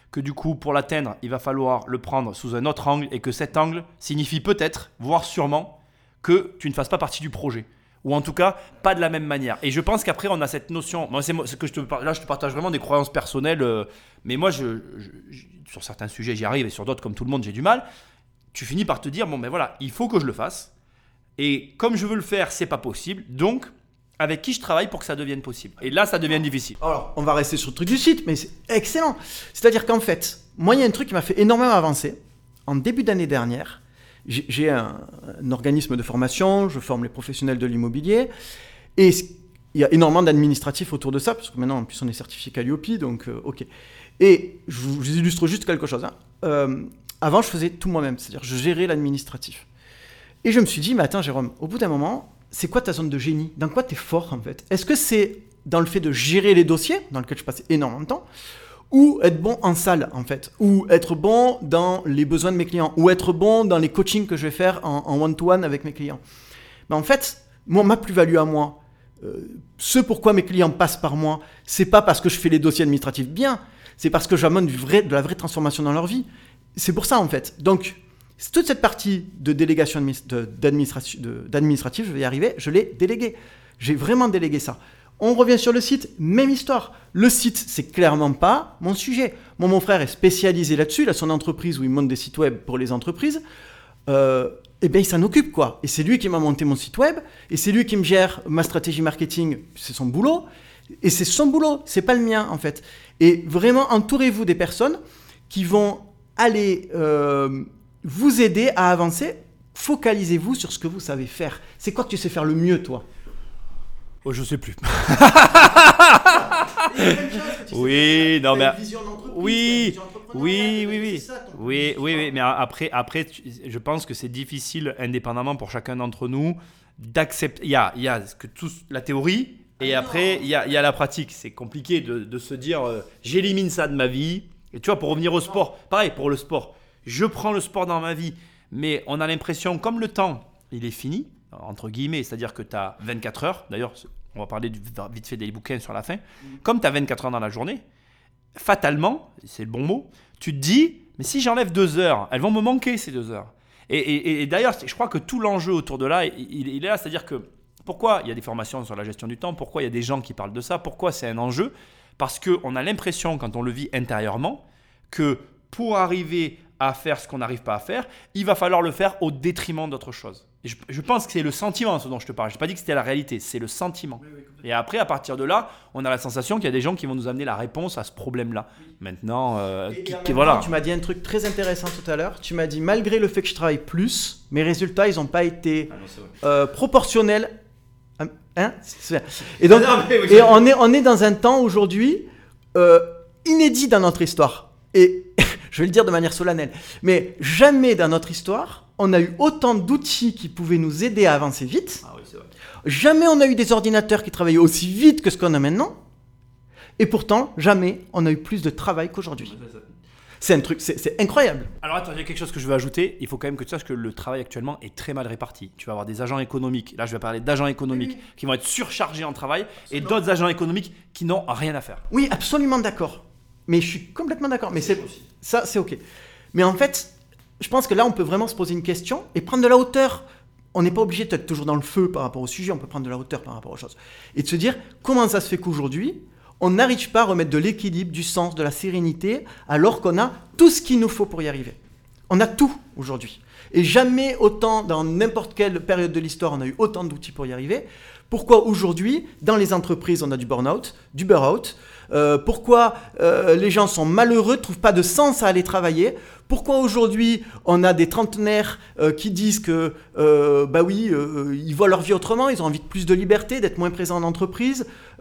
que du coup, pour l'atteindre, il va falloir le prendre sous un autre angle et que cet angle signifie peut-être, voire sûrement, que tu ne fasses pas partie du projet. Ou en tout cas, pas de la même manière. Et je pense qu'après, on a cette notion. Moi, c'est ce que je te par- là, je te partage vraiment des croyances personnelles. euh, mais moi, je, je- je- sur certains sujets, j'y arrive et sur d'autres, comme tout le monde, j'ai du mal. Tu finis par te dire bon, ben voilà, il faut que je le fasse. Et comme je veux le faire, c'est pas possible. Donc, avec qui je travaille pour que ça devienne possible. Et là, ça devient difficile. Alors, on va rester sur le truc du site, mais c'est excellent. C'est-à-dire qu'en fait, moi, il y a un truc qui m'a fait énormément avancer. En début d'année dernière, j'ai, j'ai un, un organisme de formation, je forme les professionnels de l'immobilier, et il y a énormément d'administratifs autour de ça, parce que maintenant, en plus, on est certifié Calliope, donc euh, ok. Et je vous, je vous illustre juste quelque chose. Hein. Euh, avant, je faisais tout moi-même, c'est-à-dire je gérais l'administratif. Et je me suis dit, mais attends, Jérôme, au bout d'un moment, c'est quoi ta zone de génie? Dans quoi tu es fort, en fait? Est-ce que c'est dans le fait de gérer les dossiers, dans lequel je passais énormément de temps, ou être bon en salle, en fait, ou être bon dans les besoins de mes clients, ou être bon dans les coachings que je vais faire en, en one-to-one avec mes clients? Mais en fait, moi, ma plus-value à moi, euh, ce pourquoi mes clients passent par moi, c'est pas parce que je fais les dossiers administratifs bien, c'est parce que j'amène du vrai, de la vraie transformation dans leur vie. C'est pour ça, en fait. Donc, toute cette partie de délégation d'administratif, d'administratif, je vais y arriver, je l'ai délégué. J'ai vraiment délégué ça. On revient sur le site, même histoire. Le site, c'est clairement pas mon sujet. Moi, mon frère est spécialisé là-dessus. Il a son entreprise où il monte des sites web pour les entreprises. Euh, et bien, il s'en occupe, quoi. Et c'est lui qui m'a monté mon site web. Et c'est lui qui me gère ma stratégie marketing. C'est son boulot. Et c'est son boulot. C'est pas le mien, en fait. Et vraiment, entourez-vous des personnes qui vont aller euh, vous aider à avancer. Focalisez-vous sur ce que vous savez faire. C'est quoi que tu sais faire le mieux, toi? Oh, je sais plus. Oui, non, mais oui, oui, oui, oui, oui, oui, oui, mais après, après, tu- je pense que c'est difficile, indépendamment pour chacun d'entre nous, d'accepter. Il y a, il y a ce que tous, la théorie, et Ah, après, non. il y a, il y a la pratique. C'est compliqué de, de se dire, euh, j'élimine ça de ma vie. Et tu vois, pour revenir au sport, pareil pour le sport, je prends le sport dans ma vie, mais on a l'impression, comme le temps, il est fini, entre guillemets, c'est-à-dire que tu as vingt-quatre heures, d'ailleurs, on va parler du, vite fait des bouquins sur la fin, comme tu as vingt-quatre heures dans la journée, fatalement, c'est le bon mot, tu te dis, mais si j'enlève deux heures, elles vont me manquer ces deux heures. Et, et- et d'ailleurs, je crois que tout l'enjeu autour de là, il, il- il est là, c'est-à-dire que pourquoi il y a des formations sur la gestion du temps, pourquoi il y a des gens qui parlent de ça, pourquoi c'est un enjeu? Parce qu'on a l'impression, quand on le vit intérieurement, que pour arriver à faire ce qu'on n'arrive pas à faire, il va falloir le faire au détriment d'autre chose. Et je, je pense que c'est le sentiment ce dont je te parle. Je n'ai pas dit que c'était la réalité, c'est le sentiment. Et après, à partir de là, on a la sensation qu'il y a des gens qui vont nous amener la réponse à ce problème-là. Maintenant, euh, Et- qui- et en qui- même voilà. temps, tu m'as dit un truc très intéressant tout à l'heure. Tu m'as dit, malgré le fait que je travaille plus, mes résultats, ils n'ont pas été euh, proportionnels. Hein? C'est- Et donc, Ah non, mais oui, et je- on est, on est dans un temps aujourd'hui euh, inédit dans notre histoire. Et je vais le dire de manière solennelle, mais jamais dans notre histoire, on a eu autant d'outils qui pouvaient nous aider à avancer vite. Ah oui, c'est vrai. Jamais on a eu des ordinateurs qui travaillaient aussi vite que ce qu'on a maintenant. Et pourtant, jamais on a eu plus de travail qu'aujourd'hui. C'est un truc, c'est c'est incroyable. Alors attends, il y a quelque chose que je veux ajouter. Il faut quand même que tu saches que le travail actuellement est très mal réparti. Tu vas avoir des agents économiques. Là, je vais parler d'agents économiques Oui, oui. qui vont être surchargés en travail et d'autres agents économiques qui n'ont rien à faire. Oui, absolument d'accord. Mais je suis complètement d'accord. Mais c'est ça, c'est ok. Mais en fait, je pense que là, on peut vraiment se poser une question et prendre de la hauteur. On n'est pas obligé d'être toujours dans le feu par rapport au sujet. On peut prendre de la hauteur par rapport aux choses et de se dire comment ça se fait qu'aujourd'hui on n'arrive pas à remettre de l'équilibre, du sens, de la sérénité, alors qu'on a tout ce qu'il nous faut pour y arriver. On a tout aujourd'hui. Et jamais autant, dans n'importe quelle période de l'histoire, on a eu autant d'outils pour y arriver. Pourquoi aujourd'hui, dans les entreprises, on a du burn-out, du burn-out euh, Pourquoi euh, les gens sont malheureux, ne trouvent pas de sens à aller travailler? Pourquoi aujourd'hui, on a des trentenaires euh, qui disent que, euh, bah oui, euh, ils voient leur vie autrement, ils ont envie de plus de liberté, d'être moins présents en entreprise.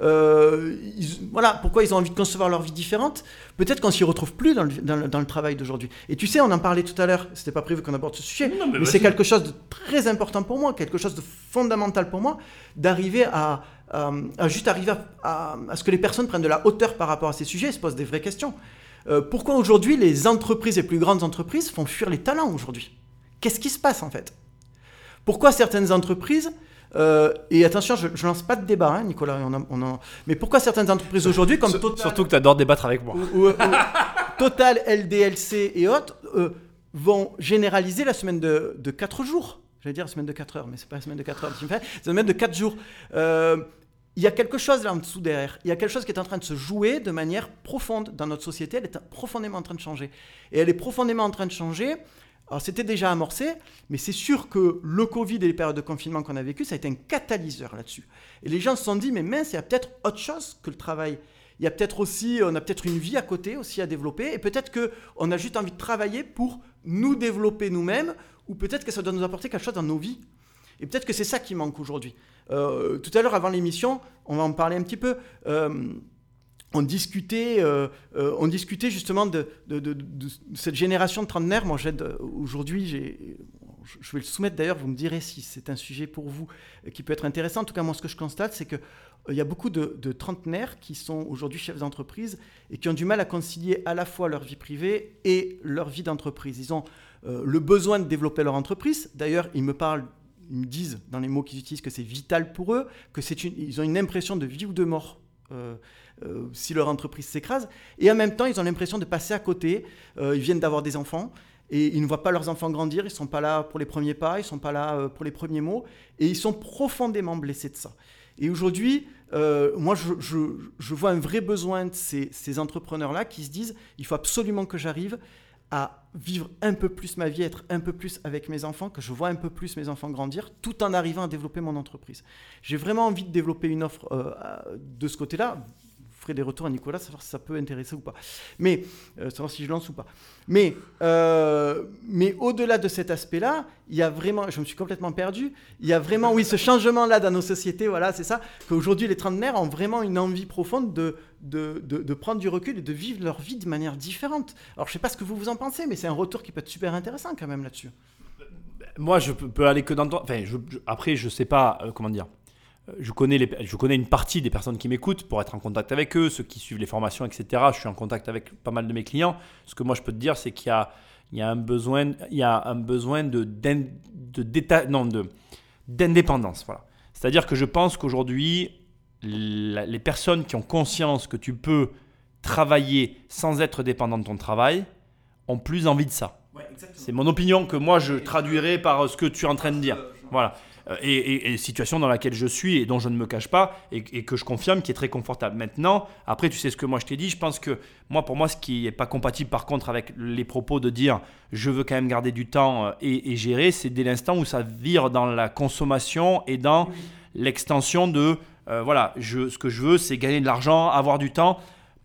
Euh, ils- voilà, pourquoi ils ont envie de concevoir leur vie différente? Peut-être qu'on s'y retrouve plus dans le, dans le- dans le travail d'aujourd'hui. Et tu sais, on en parlait tout à l'heure, c'était pas prévu qu'on aborde ce sujet, Non, mais mais c'est vas-y. quelque chose de très important pour moi, quelque chose de fondamental pour moi, d'arriver à, à- à juste arriver à, à- à ce que les personnes prennent de la hauteur par rapport à ces sujets et se posent des vraies questions. Euh, pourquoi aujourd'hui les entreprises, les plus grandes entreprises, font fuir les talents aujourd'hui? Qu'est-ce qui se passe en fait? Pourquoi certaines entreprises, euh, et attention, je ne lance pas de débat, hein, Nicolas, on a- on a- mais pourquoi certaines entreprises aujourd'hui, comme Sur- Total, Surtout que tu adores débattre avec moi. ou, ou- ou- Total, L D L C et autres euh, vont généraliser la semaine de, de quatre jours. J'allais dire la semaine de quatre heures, mais c'est pas la semaine de quatre heures. C'est la semaine de quatre jours. Euh, il y a quelque chose là en dessous derrière. Il y a quelque chose qui est en train de se jouer de manière profonde dans notre société. Elle est profondément en train de changer. Et elle est profondément en train de changer. Alors, c'était déjà amorcé, mais c'est sûr que le Covid et les périodes de confinement qu'on a vécues, ça a été un catalyseur là-dessus. Et les gens se sont dit, mais mince, il y a peut-être autre chose que le travail. Il y a peut-être aussi, on a peut-être une vie à côté aussi à développer, et peut-être qu'on a juste envie de travailler pour nous développer nous-mêmes, ou peut-être que ça doit nous apporter quelque chose dans nos vies. Et peut-être que c'est ça qui manque aujourd'hui. Euh, tout à l'heure, avant l'émission, on va en parler un petit peu. Euh, On discutait, euh, euh, on discutait justement de, de, de, de, de cette génération de trentenaires. Moi, j'aide, aujourd'hui, j'ai, je vais le soumettre d'ailleurs, vous me direz si c'est un sujet pour vous qui peut être intéressant. En tout cas, moi, ce que je constate, c'est qu'il euh, y a beaucoup de, de trentenaires qui sont aujourd'hui chefs d'entreprise et qui ont du mal à concilier à la fois leur vie privée et leur vie d'entreprise. Ils ont euh, le besoin de développer leur entreprise. D'ailleurs, ils me parlent, ils me disent dans les mots qu'ils utilisent que c'est vital pour eux, que c'est une, ils ont une impression de vie ou de mort. Euh, euh, si leur entreprise s'écrase, et en même temps ils ont l'impression de passer à côté. Euh, ils viennent d'avoir des enfants et ils ne voient pas leurs enfants grandir, ils ne sont pas là pour les premiers pas, ils ne sont pas là euh, pour les premiers mots, et ils sont profondément blessés de ça. Et aujourd'hui, euh, moi je, je, je vois un vrai besoin de ces, ces entrepreneurs-là qui se disent, il faut absolument que j'arrive à vivre un peu plus ma vie, être un peu plus avec mes enfants, que je vois un peu plus mes enfants grandir, tout en arrivant à développer mon entreprise. J'ai vraiment envie de développer une offre euh, de ce côté-là. Vous ferez des retours à Nicolas, savoir si ça peut intéresser ou pas. Mais, euh, savoir si je lance ou pas. Mais, euh, mais au-delà de cet aspect-là, il y a vraiment, je me suis complètement perdu, il y a vraiment, oui, ce changement-là dans nos sociétés, voilà, c'est ça, qu'aujourd'hui les trentenaires ont vraiment une envie profonde de, de, de, de prendre du recul et de vivre leur vie de manière différente. Alors, je ne sais pas ce que vous vous en pensez, mais c'est un retour qui peut être super intéressant quand même là-dessus. Moi, je peux aller que dans ton... Enfin, je, je, après, je ne sais pas, euh, comment dire... Je connais, les, je connais une partie des personnes qui m'écoutent pour être en contact avec eux, ceux qui suivent les formations, et cetera. Je suis en contact avec pas mal de mes clients. Ce que moi, je peux te dire, c'est qu'il y a, il y a un besoin, il y a un besoin de, d'in, de, d'état, non, de, d'indépendance. Voilà. C'est-à-dire que je pense qu'aujourd'hui, la, les personnes qui ont conscience que tu peux travailler sans être dépendant de ton travail ont plus envie de ça. Ouais, c'est mon opinion que moi, je traduirai par ce que tu es en train de dire. Voilà. Et, et, et situation dans laquelle je suis et dont je ne me cache pas et, et que je confirme qui est très confortable. Maintenant, après tu sais ce que moi je t'ai dit, je pense que moi pour moi ce qui n'est pas compatible par contre avec les propos de dire je veux quand même garder du temps et, et gérer, c'est dès l'instant où ça vire dans la consommation et dans oui. l'extension de euh, voilà, je, ce que je veux c'est gagner de l'argent, avoir du temps.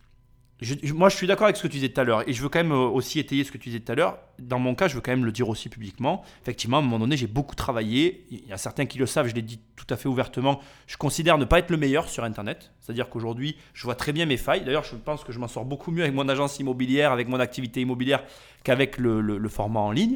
Je, je, moi, je suis d'accord avec ce que tu disais tout à l'heure et je veux quand même aussi étayer ce que tu disais tout à l'heure. Dans mon cas, je veux quand même le dire aussi publiquement. Effectivement, à un moment donné, j'ai beaucoup travaillé. Il y a certains qui le savent, je l'ai dit tout à fait ouvertement. Je considère ne pas être le meilleur sur Internet. C'est-à-dire qu'aujourd'hui, je vois très bien mes failles. D'ailleurs, je pense que je m'en sors beaucoup mieux avec mon agence immobilière, avec mon activité immobilière qu'avec le, le, le format en ligne.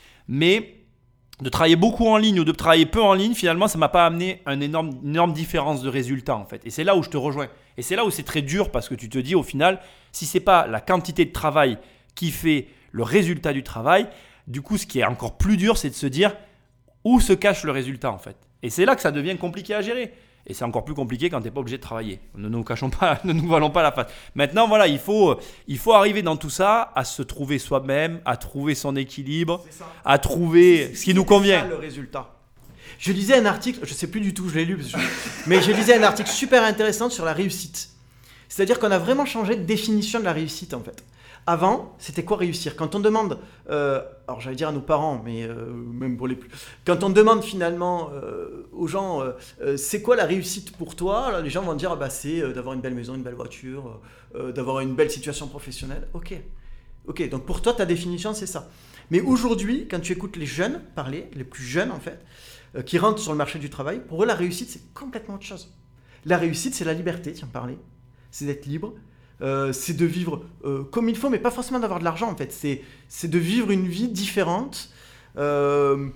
Mais de travailler beaucoup en ligne ou de travailler peu en ligne, finalement, ça ne m'a pas amené une énorme, une énorme différence de résultat en fait. Et c'est là où je te rejoins. Et c'est là où c'est très dur parce que tu te dis au final, si ce n'est pas la quantité de travail qui fait le résultat du travail, du coup, ce qui est encore plus dur, c'est de se dire où se cache le résultat en fait. Et c'est là que ça devient compliqué à gérer. Et c'est encore plus compliqué quand tu n'es pas obligé de travailler. Ne nous cachons pas, ne nous voilons pas la face. Maintenant, voilà, il faut, il faut arriver dans tout ça à se trouver soi-même, à trouver son équilibre, à trouver c'est, ce qui nous convient. C'est ça le résultat. Je lisais un article, je ne sais plus du tout, je l'ai lu, parce que je... mais je lisais un article super intéressant sur la réussite. C'est-à-dire qu'on a vraiment changé de définition de la réussite en fait. Avant, c'était quoi réussir ? Quand on demande, euh, alors j'allais dire à nos parents, mais euh, même pour les plus, quand on demande finalement euh, aux gens, euh, euh, c'est quoi la réussite pour toi ? Alors, les gens vont dire, ah bah, c'est euh, d'avoir une belle maison, une belle voiture, euh, d'avoir une belle situation professionnelle. Ok, ok. Donc pour toi, ta définition, c'est ça. Mais aujourd'hui, quand tu écoutes les jeunes parler, les plus jeunes en fait, euh, qui rentrent sur le marché du travail, pour eux, la réussite, c'est complètement autre chose. La réussite, c'est la liberté, tiens, parler, c'est d'être libre. Euh, c'est de vivre euh, comme il faut, mais pas forcément d'avoir de l'argent en fait. C'est, c'est de vivre une vie différente, euh,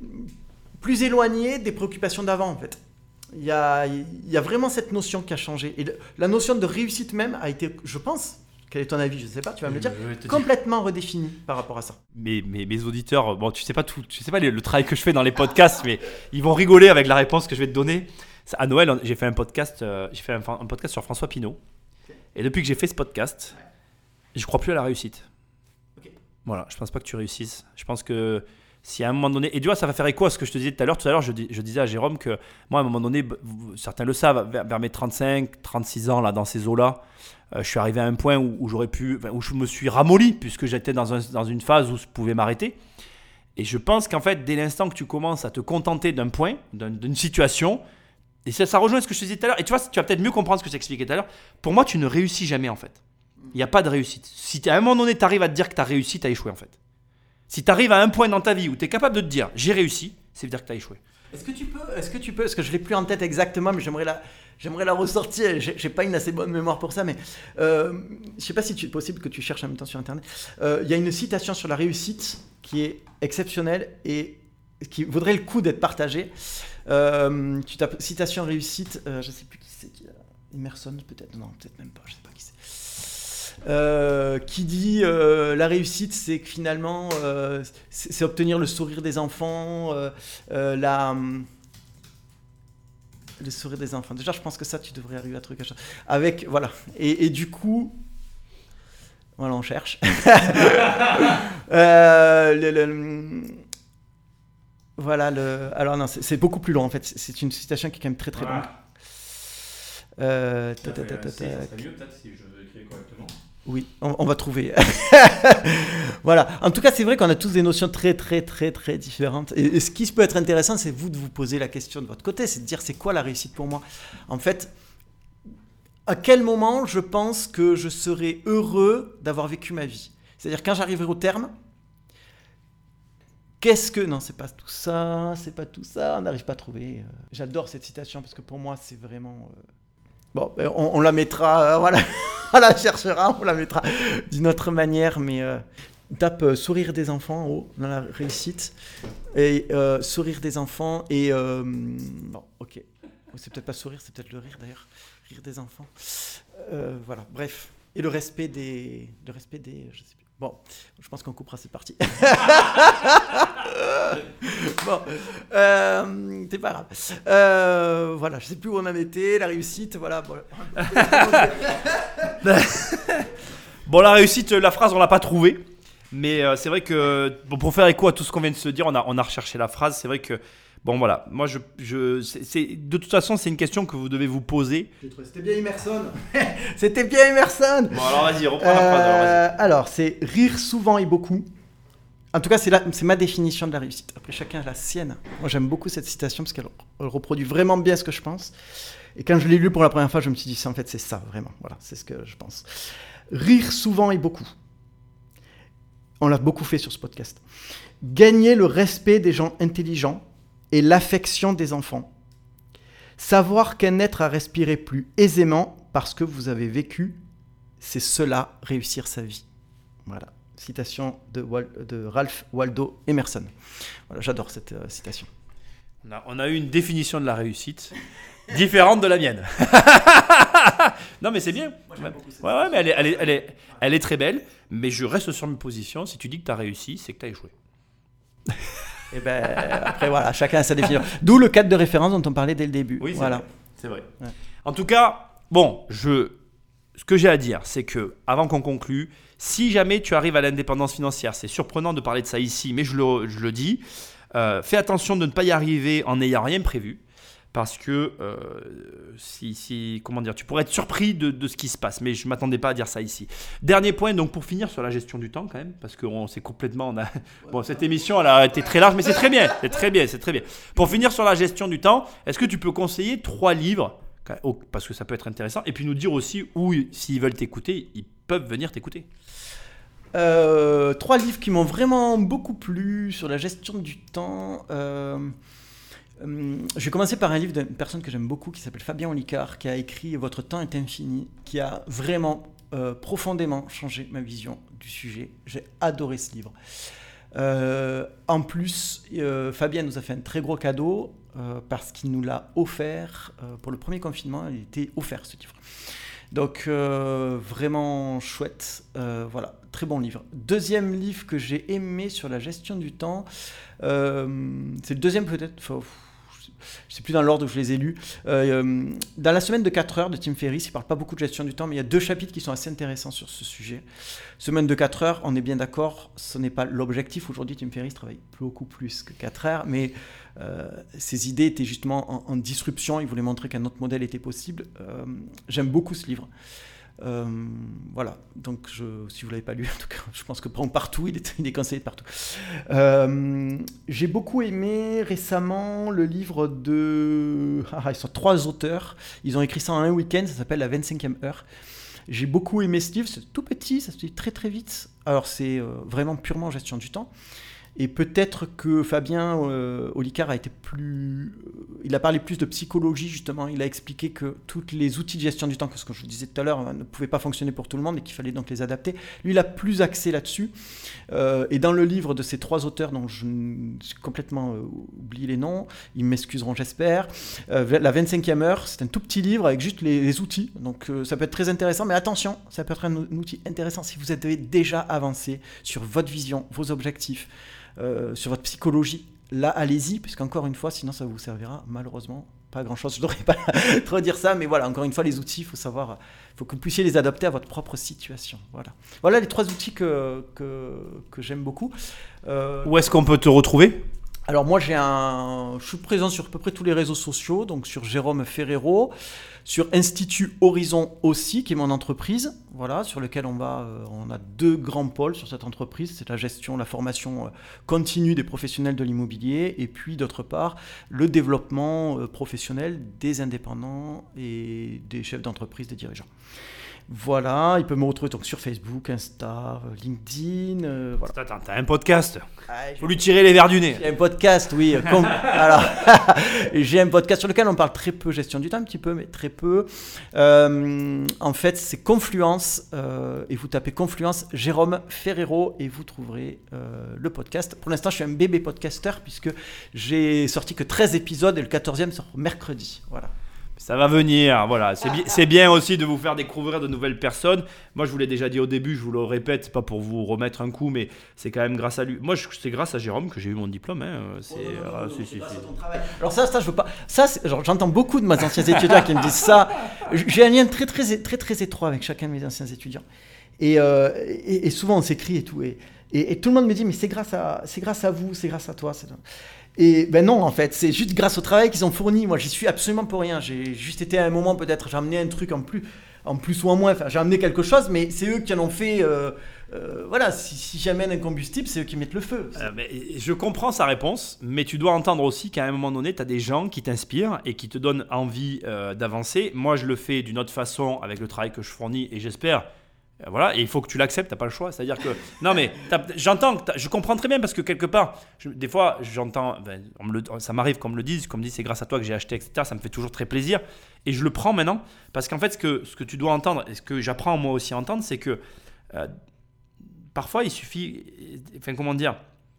plus éloignée des préoccupations d'avant en fait. Il y a, il y a vraiment cette notion qui a changé. Et la notion de réussite même a été, je pense, quel est ton avis ? Je ne sais pas, tu vas me le dire, complètement dire. redéfinie par rapport à ça. Mes, mes, mes auditeurs, bon, tu sais pas tout, tu sais pas le, le travail que je fais dans les podcasts, mais ils vont rigoler avec la réponse que je vais te donner. À Noël, j'ai fait un podcast, euh, j'ai fait un, un podcast sur François Pinault. Et depuis que j'ai fait ce podcast, Je crois plus à la réussite. Ok. Voilà, je pense pas que tu réussisses. Je pense que si à un moment donné, et tu vois, ça va faire écho à ce que je te disais tout à l'heure. Tout à l'heure, je, dis- je disais à Jérôme que moi, à un moment donné, b- vous- certains le savent, vers, vers mes trente-cinq, trente-six ans, là, dans ces eaux-là, euh, je suis arrivé à un point où, où j'aurais pu, enfin, où je me suis ramolli, puisque j'étais dans, un- dans une phase où je pouvais m'arrêter. Et je pense qu'en fait, dès l'instant que tu commences à te contenter d'un point, d'un- d'une situation, et ça, ça rejoint ce que je te disais tout à l'heure, et tu vois, tu vas peut-être mieux comprendre ce que j'expliquais tout à l'heure. Pour moi, tu ne réussis jamais, en fait. Il n'y a pas de réussite. Si à un moment donné, tu arrives à te dire que tu as réussi, tu as échoué, en fait. Si tu arrives à un point dans ta vie où tu es capable de te dire j'ai réussi, c'est dire que tu as échoué. Est-ce que tu peux, est-ce que tu peux, parce que je l'ai plus en tête exactement, mais j'aimerais la, j'aimerais la ressortir. J'ai, j'ai pas une assez bonne mémoire pour ça, mais euh, je sais pas si c'est possible que tu cherches en même temps sur internet. Euh, Il y a une citation sur la réussite qui est exceptionnelle et qui vaudrait le coup d'être partagée. Euh, tu tapes citation réussite, euh, je sais plus qui c'est qui a. Emerson peut-être, non peut-être même pas, je sais pas qui c'est. Euh, qui dit euh, la réussite, c'est que finalement, euh, c'est, c'est obtenir le sourire des enfants, euh, euh, la, le sourire des enfants. Déjà, je pense que ça, tu devrais arriver à trouver quelque chose. Avec, voilà. Et, et du coup, voilà, on cherche. euh, le, le, voilà, le, alors non, c'est, c'est beaucoup plus long en fait. C'est une citation qui est quand même très très longue. Euh, ta, ta, ta, ta, ta. Ça serait mieux peut-être si je l'écrivais correctement. Oui, on, on va trouver. Voilà. En tout cas, c'est vrai qu'on a tous des notions très, très, très, très différentes. Et, et ce qui peut être intéressant, c'est vous de vous poser la question de votre côté, c'est de dire c'est quoi la réussite pour moi. En fait, à quel moment je pense que je serai heureux d'avoir vécu ma vie. C'est-à-dire quand j'arriverai au terme, qu'est-ce que... Non, c'est pas tout ça, c'est pas tout ça, on n'arrive pas à trouver. Euh, J'adore cette citation parce que pour moi, c'est vraiment... euh, Bon, ben, on, on la mettra, euh, voilà, on la cherchera, on la mettra d'une autre manière, mais euh, tape euh, sourire des enfants en haut, dans la réussite, et euh, sourire des enfants, et euh, bon, ok, c'est peut-être pas sourire, c'est peut-être le rire d'ailleurs, rire des enfants, euh, voilà, bref, et le respect des, le respect des, je sais plus. Bon, je pense qu'on coupera cette partie. Bon, euh, c'est pas grave. Euh, voilà, je sais plus où on en était, la réussite, voilà. Bon, Bon, la réussite, la phrase, on l'a pas trouvée. Mais euh, c'est vrai que, bon, pour faire écho à tout ce qu'on vient de se dire, on a, on a recherché la phrase. C'est vrai que, bon, voilà. Moi, je, je, c'est, c'est- de toute façon, c'est une question que vous devez vous poser. j'ai trouvé, c'était bien Emerson. C'était bien Emerson. Bon, alors vas-y, reprends la phrase. Alors, vas-y. Euh, alors, c'est rire souvent et beaucoup. En tout cas, c'est, la- c'est ma définition de la réussite. Après, chacun a la sienne. Moi, j'aime beaucoup cette citation parce qu'elle elle reproduit vraiment bien ce que je pense. Et quand je l'ai lu pour la première fois, je me suis dit, ça, en fait, c'est ça, vraiment. Voilà, c'est ce que je pense. Rire souvent et beaucoup. On l'a beaucoup fait sur ce podcast. Gagner le respect des gens intelligents et l'affection des enfants. Savoir qu'un être a respiré plus aisément parce que vous avez vécu, c'est cela, réussir sa vie. Voilà. Citation de, Wal- de Ralph Waldo Emerson. Voilà, j'adore cette euh, citation. On a, on a eu une définition de la réussite différente de la mienne. Non, mais c'est bien. Ouais, ouais, mais elle est, elle, est, elle, est, elle est très belle. Mais je reste sur mes positions. Si tu dis que tu as réussi, c'est que tu as échoué. Et ben après voilà, chacun a sa définition. D'où le cadre de référence dont on parlait dès le début. Oui, c'est voilà. vrai. C'est vrai. Ouais. En tout cas, bon, je, ce que j'ai à dire, c'est que, avant qu'on conclue, si jamais tu arrives à l'indépendance financière, c'est surprenant de parler de ça ici, mais je le, je le dis, euh, fais attention de ne pas y arriver en n'ayant rien prévu. Parce que euh, si, si, comment dire, tu pourrais être surpris de, de ce qui se passe, mais je ne m'attendais pas à dire ça ici. Dernier point, donc pour finir sur la gestion du temps quand même, parce qu'on s'est complètement, on a, bon, cette émission elle a été très large, mais c'est très bien, c'est très bien, c'est très bien. Pour finir sur la gestion du temps, est-ce que tu peux conseiller trois livres, parce que ça peut être intéressant, et puis nous dire aussi où, s'ils veulent t'écouter, ils peuvent venir t'écouter. Euh, trois livres qui m'ont vraiment beaucoup plu sur la gestion du temps. Euh, euh, je vais commencer par un livre d'une personne que j'aime beaucoup qui s'appelle Fabien Olicard, qui a écrit Votre temps est infini, qui a vraiment euh, profondément changé ma vision du sujet. J'ai adoré ce livre. Euh, en plus, euh, Fabien nous a fait un très gros cadeau euh, parce qu'il nous l'a offert euh, pour le premier confinement. Il était offert ce livre. Donc euh, vraiment chouette, euh, voilà, très bon livre. Deuxième livre que j'ai aimé sur la gestion du temps, euh, c'est le deuxième peut-être, enfin, je ne sais plus dans l'ordre où je les ai lus. Euh, dans la semaine de quatre heures de Tim Ferriss, il ne parle pas beaucoup de gestion du temps, mais il y a deux chapitres qui sont assez intéressants sur ce sujet. Semaine de quatre heures, on est bien d'accord, ce n'est pas l'objectif. Aujourd'hui, Tim Ferriss travaille beaucoup plus que quatre heures, mais euh, ses idées étaient justement en, en disruption. Il voulait montrer qu'un autre modèle était possible. Euh, j'aime beaucoup ce livre. Euh, voilà, donc je, si vous ne l'avez pas lu, en tout cas, je pense que partout, il est, il est conseillé de partout. Euh, j'ai beaucoup aimé récemment le livre de... Ah, ils sont trois auteurs, ils ont écrit ça en un week-end, ça s'appelle La vingt-cinquième heure. J'ai beaucoup aimé ce livre, c'est tout petit, ça se lit très très vite. Alors c'est euh, vraiment purement gestion du temps. Et peut-être que Fabien euh, Olicard a été plus... Il a parlé plus de psychologie, justement. Il a expliqué que tous les outils de gestion du temps, que ce que je vous disais tout à l'heure, ne pouvaient pas fonctionner pour tout le monde et qu'il fallait donc les adapter. Lui, il a plus axé là-dessus. Euh, et dans le livre de ces trois auteurs, dont je j'ai complètement euh, oublié les noms, ils m'excuseront, j'espère. Euh, la vingt-cinquième heure, c'est un tout petit livre avec juste les, les outils. Donc euh, ça peut être très intéressant, mais attention, ça peut être un, un outil intéressant si vous avez déjà avancé sur votre vision, vos objectifs, Euh, sur votre psychologie. Là, allez-y, puisqu'encore une fois, sinon ça vous servira malheureusement pas à grand-chose. Je ne devrais pas trop dire ça, mais voilà, encore une fois, les outils, il faut savoir, il faut que vous puissiez les adapter à votre propre situation. Voilà, voilà les trois outils que, que, que j'aime beaucoup. Euh, Où est-ce qu'on peut te retrouver ? Alors moi, j'ai un... je suis présent sur à peu près tous les réseaux sociaux, donc sur Jérôme Ferrero, sur Institut Horizon aussi, qui est mon entreprise, voilà, sur lequel on va, euh, on a deux grands pôles sur cette entreprise, c'est la gestion, la formation euh, continue des professionnels de l'immobilier, et puis d'autre part, le développement euh, professionnel des indépendants et des chefs d'entreprise, des dirigeants. Voilà, il peut me retrouver donc sur Facebook, Insta, LinkedIn. Euh, voilà. Attends, t'as un podcast. Ah, faut lui tirer les verres du nez. J'ai un podcast, oui. Comme, alors, j'ai un podcast sur lequel on parle très peu gestion du temps, un petit peu, mais très peu. Euh, en fait, c'est Confluence, euh, et vous tapez Confluence Jérôme Ferrero et vous trouverez euh, le podcast. Pour l'instant, je suis un bébé podcasteur puisque j'ai sorti que treize épisodes et le quatorzième sort mercredi. Voilà. Ça va venir, voilà. C'est, bi- c'est bien aussi de vous faire découvrir de nouvelles personnes. Moi, je vous l'ai déjà dit au début, je vous le répète, c'est pas pour vous remettre un coup, mais c'est quand même grâce à lui. Moi, je, c'est grâce à Jérôme que j'ai eu mon diplôme. Hein. C'est, oh non, non, euh, non, c'est, c'est, c'est c'est... ton travail. Alors ça, ça, je veux pas. Ça, c'est, genre, j'entends beaucoup de mes anciens étudiants qui me disent ça. J'ai un lien très, très, très, très étroit avec chacun de mes anciens étudiants. Et, euh, et, et souvent, on s'écrit et tout. Et, et, et tout le monde me dit, mais c'est grâce à, c'est grâce à vous, c'est grâce à toi. C'est... Et ben non, en fait, c'est juste grâce au travail qu'ils ont fourni. Moi, j'y suis absolument pour rien. J'ai juste été à un moment, peut-être, j'ai amené un truc en plus, en plus ou en moins. Enfin, j'ai amené quelque chose, mais c'est eux qui en ont fait. Euh, euh, voilà, si, si j'amène un combustible, c'est eux qui mettent le feu. Euh, mais je comprends sa réponse, mais tu dois entendre aussi qu'à un moment donné, tu as des gens qui t'inspirent et qui te donnent envie euh, d'avancer. Moi, je le fais d'une autre façon avec le travail que je fournis et j'espère. Voilà, et il faut que tu l'acceptes, t'as pas le choix. C'est-à-dire que, non mais, j'entends, que je comprends très bien parce que quelque part, je, des fois, j'entends, ben, on me le, ça m'arrive qu'on me le dise, qu'on me dise c'est grâce à toi que j'ai acheté, et cetera. Ça me fait toujours très plaisir et je le prends maintenant parce qu'en fait, ce que, ce que tu dois entendre et ce que j'apprends moi aussi à entendre, c'est que euh, parfois il suffit, enfin comment dire,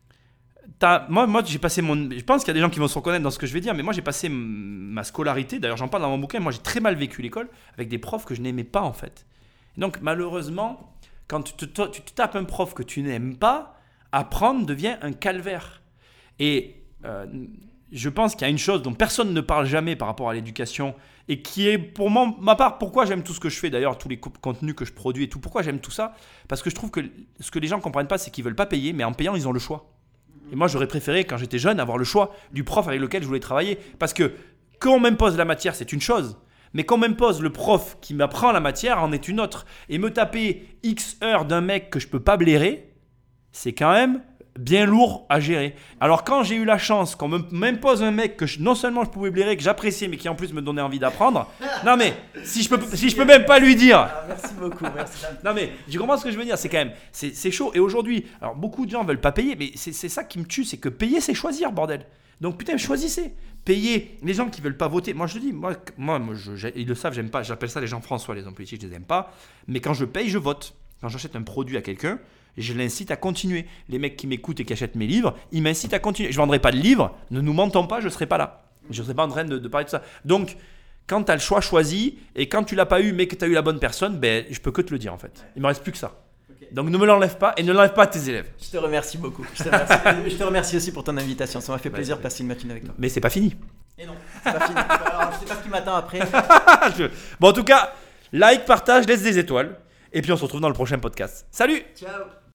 t'as, moi, moi j'ai passé mon, je pense qu'il y a des gens qui vont se reconnaître dans ce que je vais dire, mais moi j'ai passé m- ma scolarité, d'ailleurs j'en parle dans mon bouquin, moi j'ai très mal vécu l'école avec des profs que je n'aimais pas en fait. Donc malheureusement, quand tu te, tu te tapes un prof que tu n'aimes pas, apprendre devient un calvaire. Et euh, je pense qu'il y a une chose dont personne ne parle jamais par rapport à l'éducation et qui est pour moi, ma part, pourquoi j'aime tout ce que je fais, d'ailleurs tous les co- contenus que je produis et tout, pourquoi j'aime tout ça ? Parce que je trouve que ce que les gens ne comprennent pas, c'est qu'ils ne veulent pas payer, mais en payant, ils ont le choix. Et moi, j'aurais préféré, quand j'étais jeune, avoir le choix du prof avec lequel je voulais travailler. Parce que quand on m'impose la matière, c'est une chose. Mais quand on m'impose le prof qui m'apprend la matière en est une autre. Et me taper X heures d'un mec que je peux pas blairer, c'est quand même bien lourd à gérer. Alors quand j'ai eu la chance qu'on m'impose un mec que je, non seulement je pouvais blairer, que j'appréciais, mais qui en plus me donnait envie d'apprendre, non mais si je peux, si je peux même pas lui dire. Ah, merci beaucoup, merci. Non mais tu comprends ce que je veux dire, c'est quand même, c'est, c'est chaud. Et aujourd'hui, alors beaucoup de gens veulent pas payer, mais c'est, c'est ça qui me tue, c'est que payer c'est choisir, bordel. Donc putain, choisissez. Payez les gens qui veulent pas voter. Moi je le dis, moi, moi, moi je, ils le savent, j'aime pas. J'appelle ça les gens François, les hommes politiques, je les aime pas. Mais quand je paye, je vote. Quand j'achète un produit à quelqu'un, je l'incite à continuer. Les mecs qui m'écoutent et qui achètent mes livres, ils m'incitent à continuer. Je vendrai pas de livres, ne nous mentons pas, je serai pas là. Je serai pas en train de, de parler de ça. Donc quand tu as le choix, choisis. Et quand tu l'as pas eu, mais que tu as eu la bonne personne, ben je peux que te le dire en fait. Il me reste plus que ça. Donc ne me l'enlève pas et ne l'enlève pas à tes élèves. Je te remercie beaucoup. Je te remercie, je te remercie aussi pour ton invitation. Ça m'a fait plaisir de passer une matinée avec toi. Mais c'est pas fini. Et non, c'est pas fini. Alors, je sais pas ce qui m'attend après. Je- Bon, en tout cas, like, partage, laisse des étoiles. Et puis on se retrouve dans le prochain podcast. Salut! Ciao.